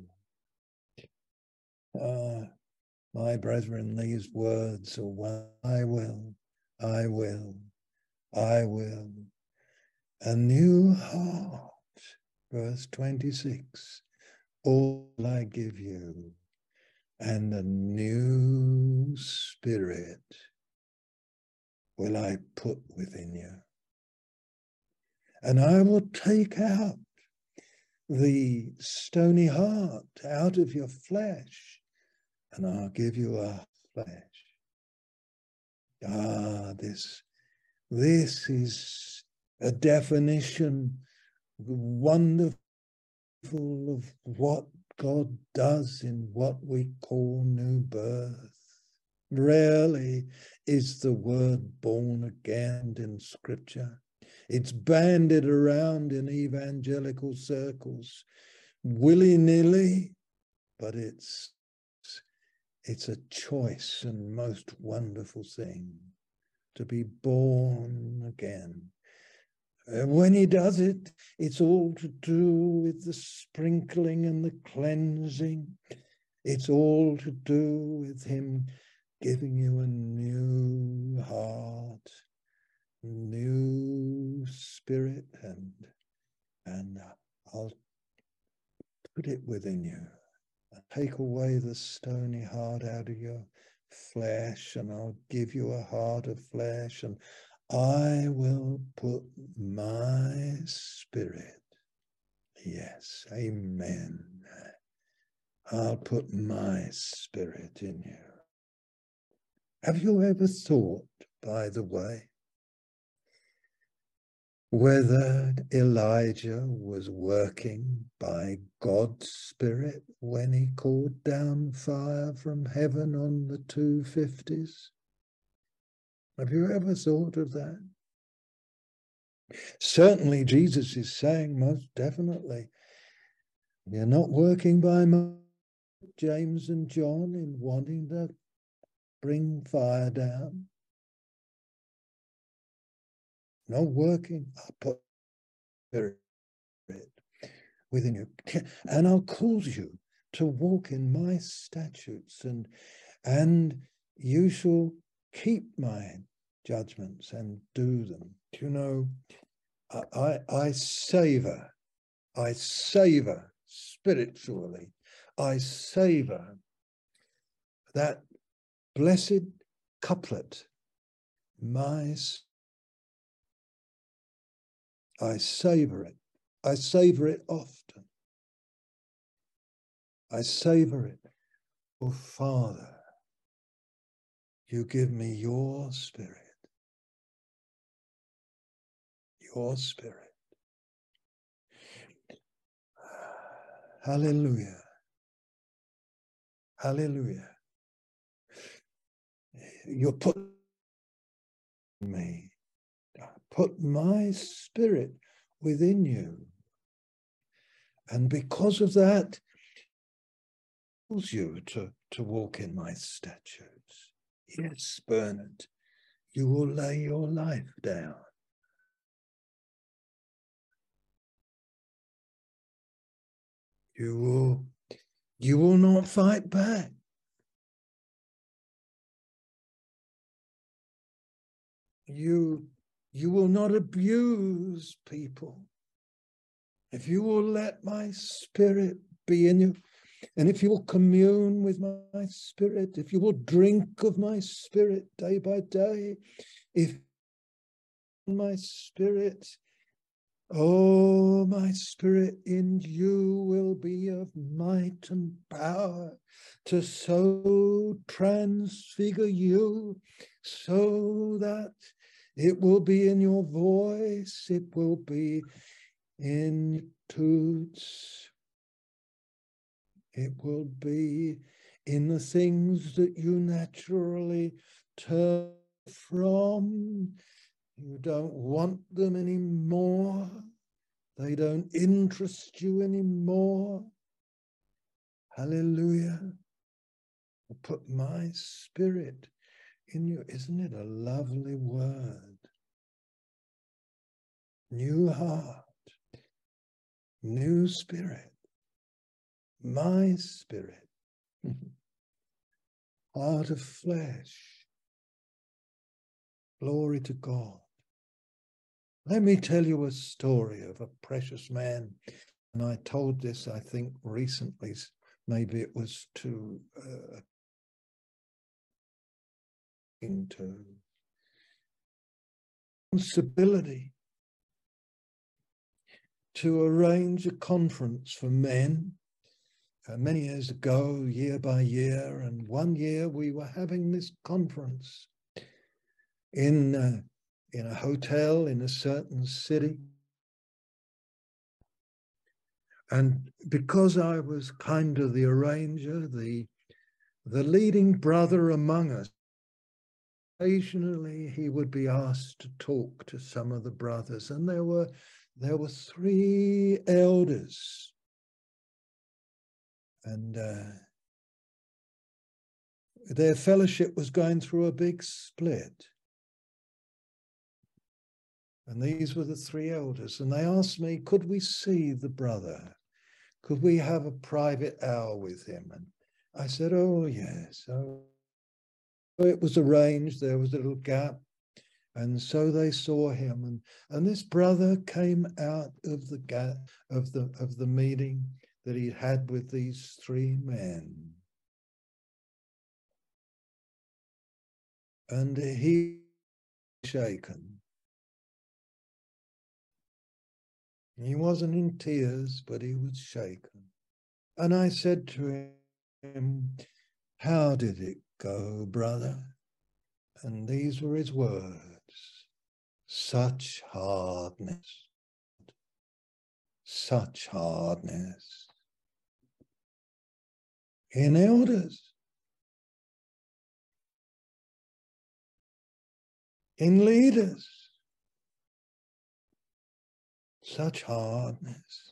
My brethren, these words are one. I will, I will, I will. A new heart, verse 26, all I give you, and a new spirit will I put within you. And I will take out the stony heart out of your flesh, and I'll give you a flesh. This is a definition wonderful of what God does in what we call new birth. Rarely is the word born again in Scripture. It's bandied around in evangelical circles willy-nilly, but it's a choice and most wonderful thing to be born again. When he does it, it's all to do with the sprinkling and the cleansing. It's all to do with him giving you a new heart, new spirit, and I'll put it within you. Take away the stony heart out of your flesh, and I'll give you a heart of flesh, and I will put my spirit. Yes, amen. I'll put my spirit in you. Have you ever thought, by the way, whether Elijah was working by God's Spirit when he called down fire from heaven on the 250s? Have you ever thought of that? Certainly, Jesus is saying most definitely, you're not working by James and John in wanting to bring fire down. Not working. I'll put Spirit within you, and I'll cause you to walk in my statutes, and you shall keep my judgments and do them. Do you know, I savor spiritually, I savor that blessed couplet, I savor it. I savor it often. I savor it. Oh, Father, you give me your spirit. Your spirit. Hallelujah. Hallelujah. You put me, put my spirit within you. And because of that, you to walk in my statutes. Yes, Bernard, you will lay your life down. You will not fight back. You will not abuse people. If you will let my spirit be in you, and if you will commune with my spirit, if you will drink of my spirit day by day, if my spirit, oh, my spirit in you will be of might and power to so transfigure you, so that it will be in your voice, it will be in toots, it will be in the things that you naturally turn from. You don't want them anymore. They don't interest you anymore. Hallelujah. I'll put my spirit in you. Isn't it a lovely word? New heart, new spirit, my spirit, heart of flesh. Glory to God. Let me tell you a story of a precious man. And I told this, I think, recently. Maybe it was to into responsibility to arrange a conference for men many years ago, year by year. And one year we were having this conference in a hotel in a certain city. And because I was kind of the arranger, the leading brother among us, occasionally he would be asked to talk to some of the brothers. And there were 3 elders. And their fellowship was going through a big split. And these were the 3 elders. And they asked me, could we see the brother? Could we have a private hour with him? And I said, oh, yes. So it was arranged. There was a little gap. And so they saw him. And this brother came out of the gap of the meeting that he had with these 3 men. And he was shaken. He wasn't in tears, but he was shaken. And I said to him, how did it go, brother? And these were his words. Such hardness. Such hardness. In elders. In leaders. Such hardness.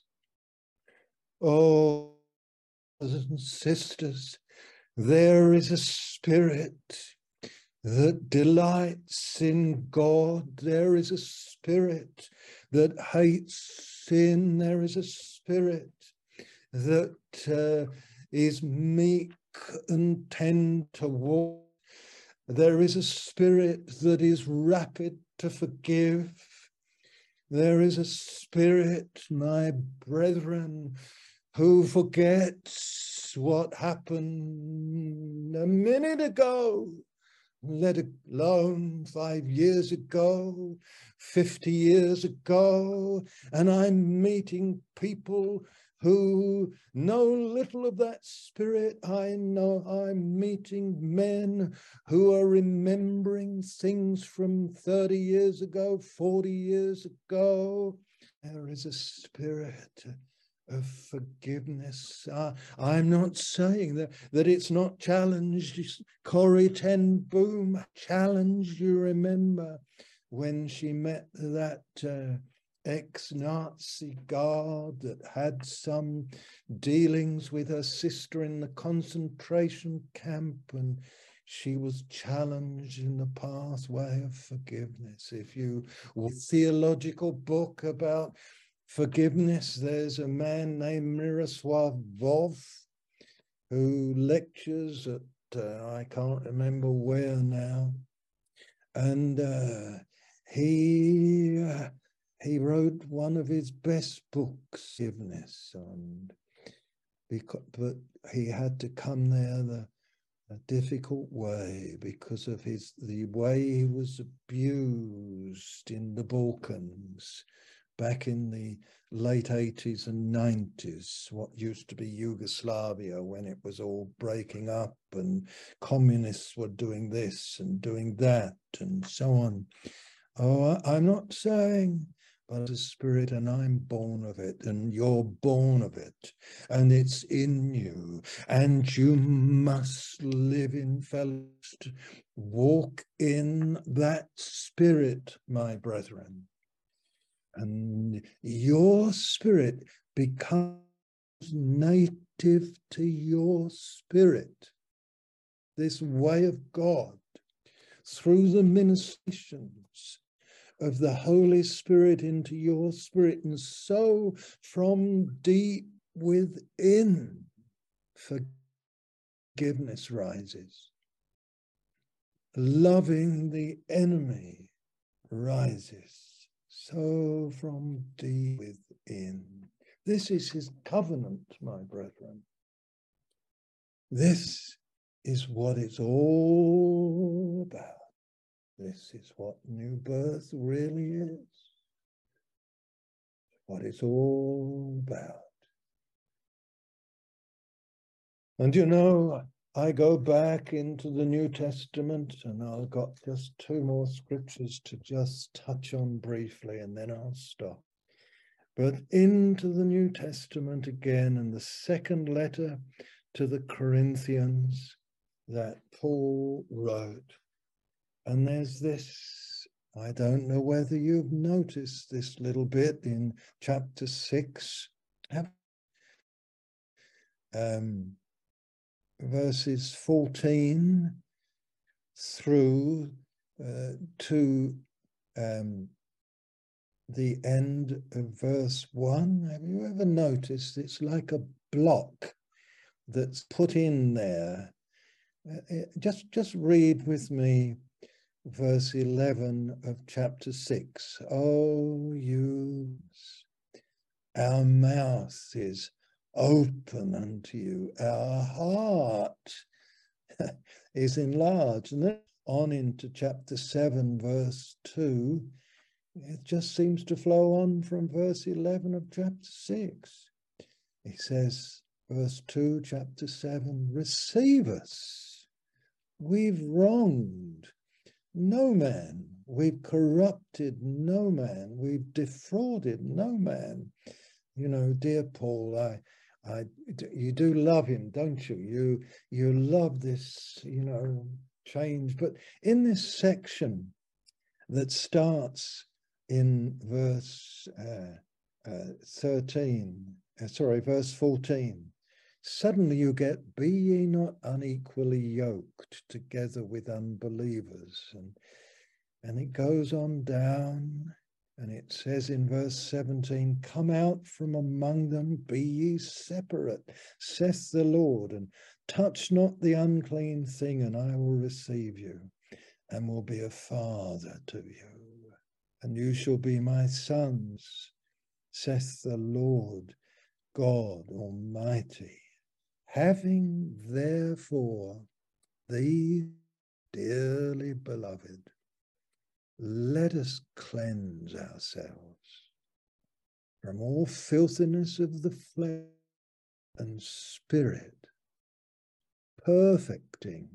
Oh, brothers and sisters, there is a spirit that delights in God. There is a spirit that hates sin. There is a spirit that is meek and tend to walk. There is a spirit that is rapid to forgive. There is a spirit, my brethren, who forgets what happened a minute ago, let alone 5 years ago, 50 years ago. And I'm meeting people who know little of that spirit. I know I'm meeting men who are remembering things from 30 years ago, 40 years ago. There is a spirit of forgiveness. I'm not saying that it's not challenged. Corrie ten Boom challenged, you remember, when she met that ex-Nazi guard that had some dealings with her sister in the concentration camp, and she was challenged in the pathway of forgiveness. If you a theological book about forgiveness, there's a man named Miroslav Volf who lectures at I can't remember where now, and he wrote one of his best books, Forgiveness, but he had to come there a difficult way because of the way he was abused in the Balkans back in the late 80s and 90s, what used to be Yugoslavia, when it was all breaking up and communists were doing this and doing that and so on. Oh, I'm not saying, but it's a spirit, and I'm born of it, and you're born of it, and it's in you, and you must live in fellowship, walk in that spirit, my brethren. And your spirit becomes native to your spirit, this way of God, through the ministrations of the Holy Spirit into your spirit. And so from deep within, forgiveness rises. Loving the enemy rises. So from deep within. This is his covenant, my brethren. This is what it's all about. This is what new birth really is. What it's all about. And you know, I go back into the New Testament, and I've got just two more scriptures to just touch on briefly, and then I'll stop. But into the New Testament again, and the second letter to the Corinthians that Paul wrote. And there's this, I don't know whether you've noticed this little bit in chapter 6, verses 14 through to the end of verse 1. Have you ever noticed it's like a block that's put in there? Just read with me verse 11 of chapter 6. Oh, our mouth is open unto you, our heart is enlarged. And then on into chapter 7, verse 2, it just seems to flow on from verse 11 of chapter 6. He says, verse 2, chapter 7, receive us. We've wronged no man. We've corrupted no man. We've defrauded no man. You know, dear Paul, you do love him, don't you? You love this, you know, change. But in this section that starts in verse 14, suddenly you get, be ye not unequally yoked together with unbelievers. And it goes on down, and it says in verse 17, come out from among them, be ye separate, saith the Lord, and touch not the unclean thing, and I will receive you, and will be a father to you. And you shall be my sons, saith the Lord God Almighty. Having therefore thee dearly beloved, let us cleanse ourselves from all filthiness of the flesh and spirit, perfecting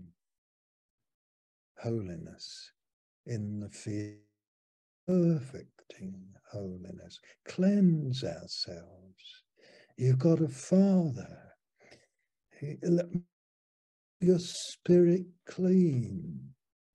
holiness in the fear, perfecting holiness. Cleanse ourselves You've got a Father. Let your spirit clean.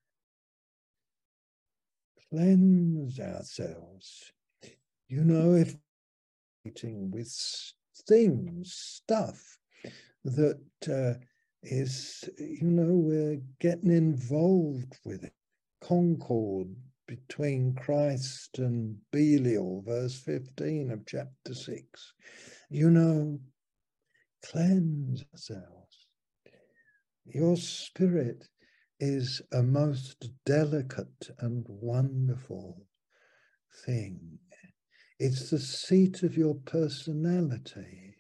Cleanse ourselves. You know, if eating with things, stuff that is, you know, we're getting involved with it. Concord between Christ and Belial, verse 15 of chapter 6. You know, cleanse ourselves. Your spirit is a most delicate and wonderful thing. It's the seat of your personality.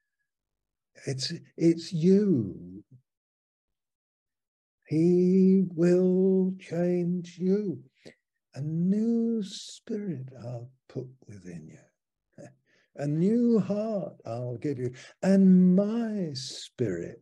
It's you. He will change you. A new spirit I'll put within you. A new heart I'll give you. And my spirit,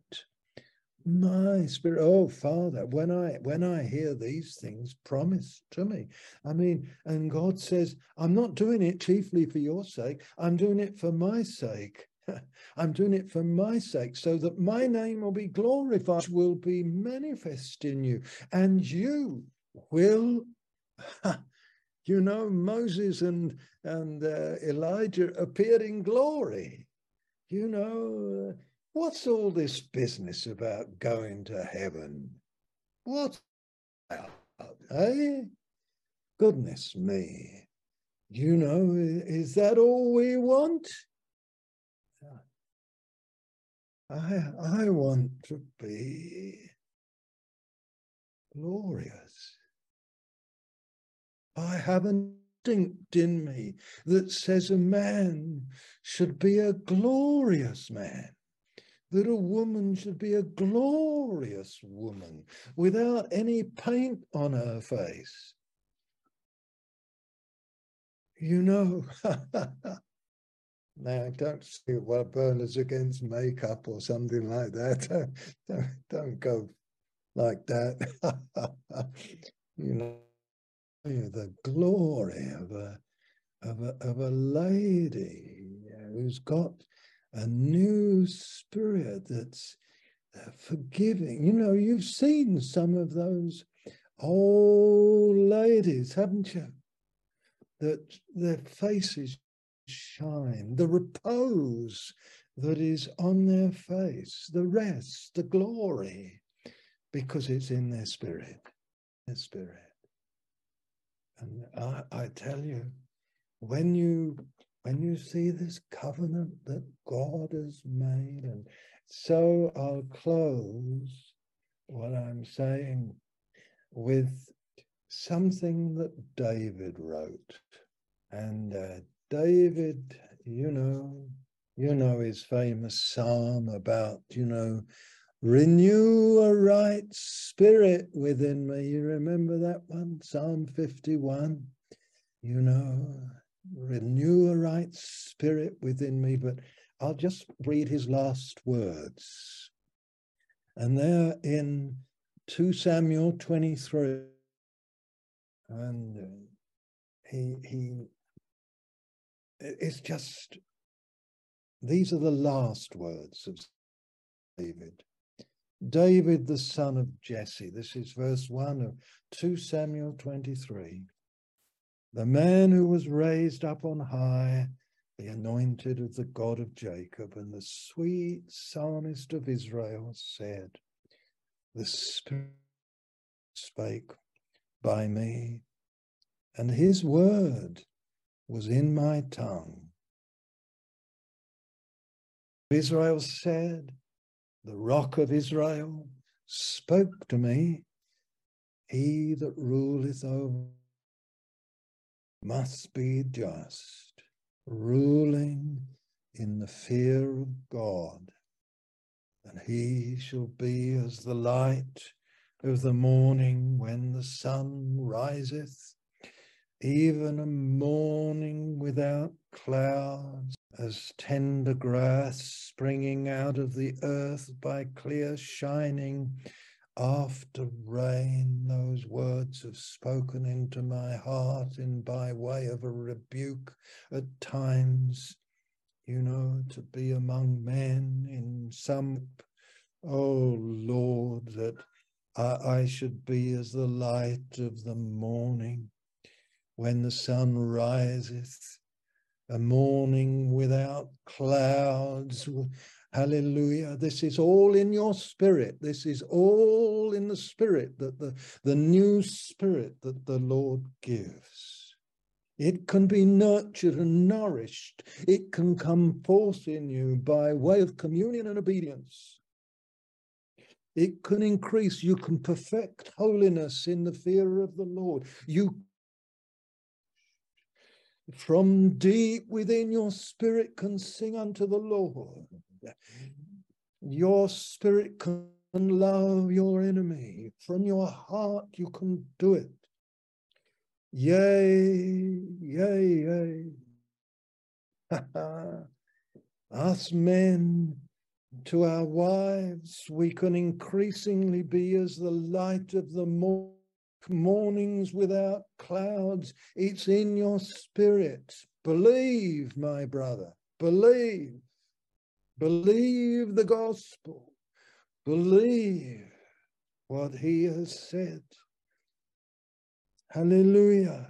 oh Father, when I hear these things promised to me, I mean, and God says, I'm not doing it chiefly for your sake, I'm doing it for my sake. I'm doing it for my sake, so that my name will be glorified, will be manifest in you, and you will, you know, Moses and Elijah appeared in glory. You know, what's all this business about going to heaven? What's about, eh? Goodness me. You know, is that all we want? I want to be glorious. I have an instinct in me that says a man should be a glorious man, that a woman should be a glorious woman without any paint on her face. You know, now don't say, well, Bernard's against makeup or something like that. Don't go like that. You know, the glory of a lady who's got a new spirit that's forgiving. You know, you've seen some of those old ladies, haven't you? That their faces shine, the repose that is on their face, the rest, the glory, because it's in their spirit, And I tell you, when you see this covenant that God has made, and so I'll close what I'm saying with something that David wrote. And David, you know his famous psalm about, you know, renew a right spirit within me. You remember that one? Psalm 51, you know, renew a right spirit within me. But I'll just read his last words. And they're in 2 Samuel 23. And it's just, these are the last words of David. David, the son of Jesse. This is verse 1 of 2 Samuel 23. The man who was raised up on high, the anointed of the God of Jacob, and the sweet psalmist of Israel said, the Spirit spake by me, and his word was in my tongue. Israel said, the rock of Israel spoke to me. He that ruleth over must be just, ruling in the fear of God. And he shall be as the light of the morning when the sun riseth, even a morning without clouds, as tender grass springing out of the earth by clear shining after rain. Those words have spoken into my heart in by way of a rebuke at times. you know, to be among men in some, oh Lord, that I should be as the light of the morning when the sun riseth, a morning without clouds. Hallelujah. This is all in your spirit. This is all in the spirit, that the new spirit that the Lord gives. It can be nurtured and nourished. It can come forth in you by way of communion and obedience. It can increase. You can perfect holiness in the fear of the Lord. You, from deep within your spirit, can sing unto the Lord. Your spirit can love your enemy. From your heart you can do it. Yea, yea, yea. Us men, to our wives, we can increasingly be as the light of the mornings without clouds. It's in your spirit. Believe, my brother, believe. Believe the gospel. Believe what he has said. Hallelujah.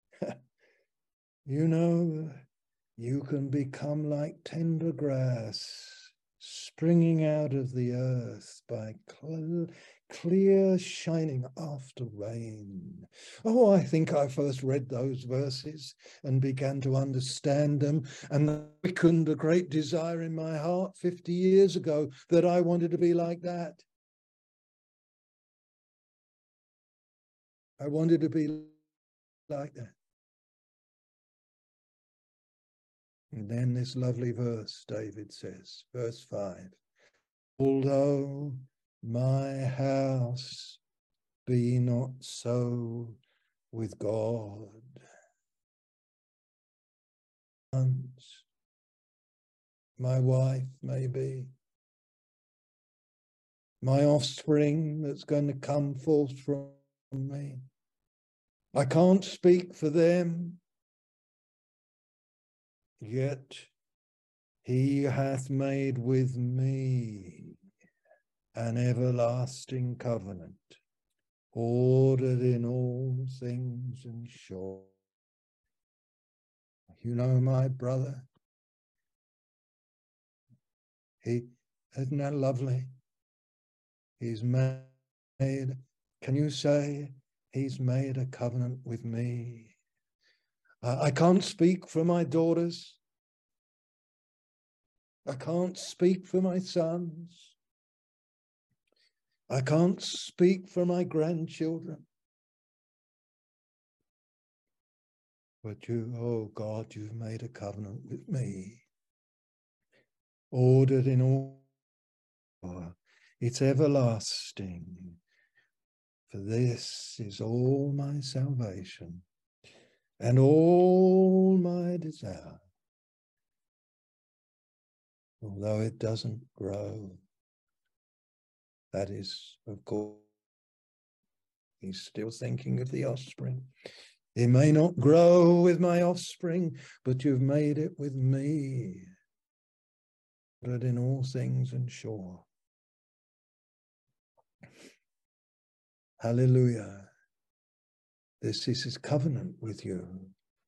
You know, you can become like tender grass springing out of the earth by clear shining after rain. Oh, I think I first read those verses and began to understand them, and quickened a great desire in my heart 50 years ago that I wanted to be like that. I wanted to be like that. And then this lovely verse, David says, verse 5, although my house be not so with God, my wife maybe, my offspring that's going to come forth from me, I can't speak for them, yet he hath made with me an everlasting covenant, ordered in all things and sure. You know, my brother, isn't that lovely? He's made, can you say, he's made a covenant with me? I can't speak for my daughters. I can't speak for my sons. I can't speak for my grandchildren. But you, oh God, you've made a covenant with me, ordered in all. It's everlasting. For this is all my salvation and all my desire. Although it doesn't grow, that is, of course, he's still thinking of the offspring. It may not grow with my offspring, but you've made it with me, but in all things and sure. Hallelujah. This is his covenant with you.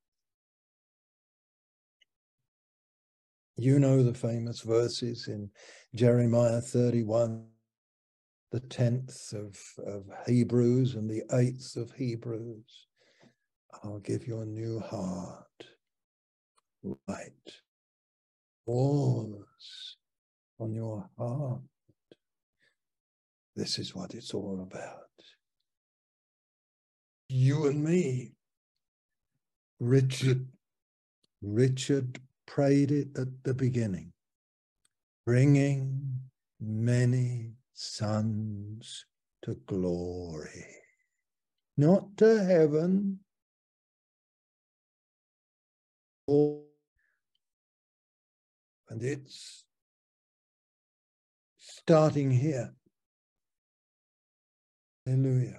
You know the famous verses in Jeremiah 31, the 10th of Hebrews and the 8th of Hebrews. I'll give you a new heart, right? Walls on your heart. This is what it's all about. You and me. Richard prayed it at the beginning, bringing many sons to glory, not to heaven. And it's starting here. Hallelujah.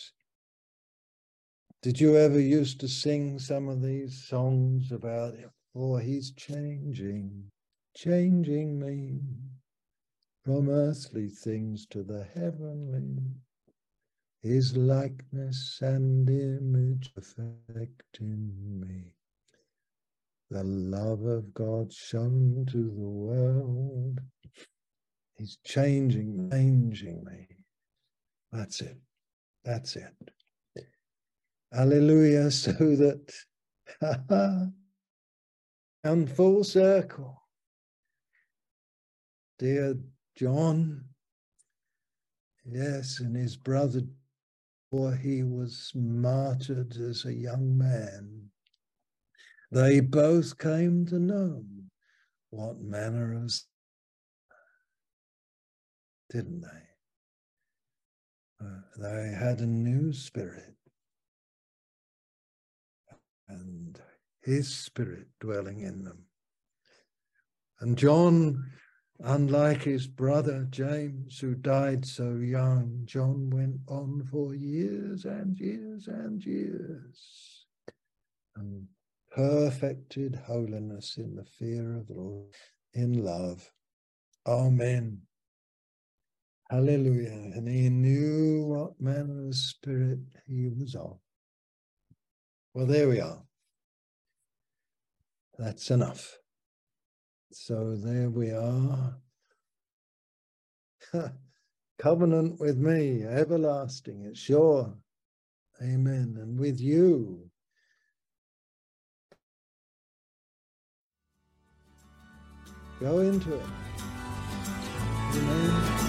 Did you ever used to sing some of these songs about for he's changing me from earthly things to the heavenly. His likeness and image perfecting me. The love of God shown to the world. He's changing me. That's it. That's it. Hallelujah. So that and full circle. Dear John, yes, and his brother, before he was martyred as a young man, they both came to know what manner of, didn't they? They had a new spirit, and his spirit dwelling in them. And John, unlike his brother James, who died so young, John went on for years and years and years and perfected holiness in the fear of the Lord, in love. Amen. Hallelujah. And he knew what manner of spirit he was of. Well, there we are. That's enough. So there we are. Covenant with me, everlasting, it's sure. Amen. And with you. Go into it. Amen.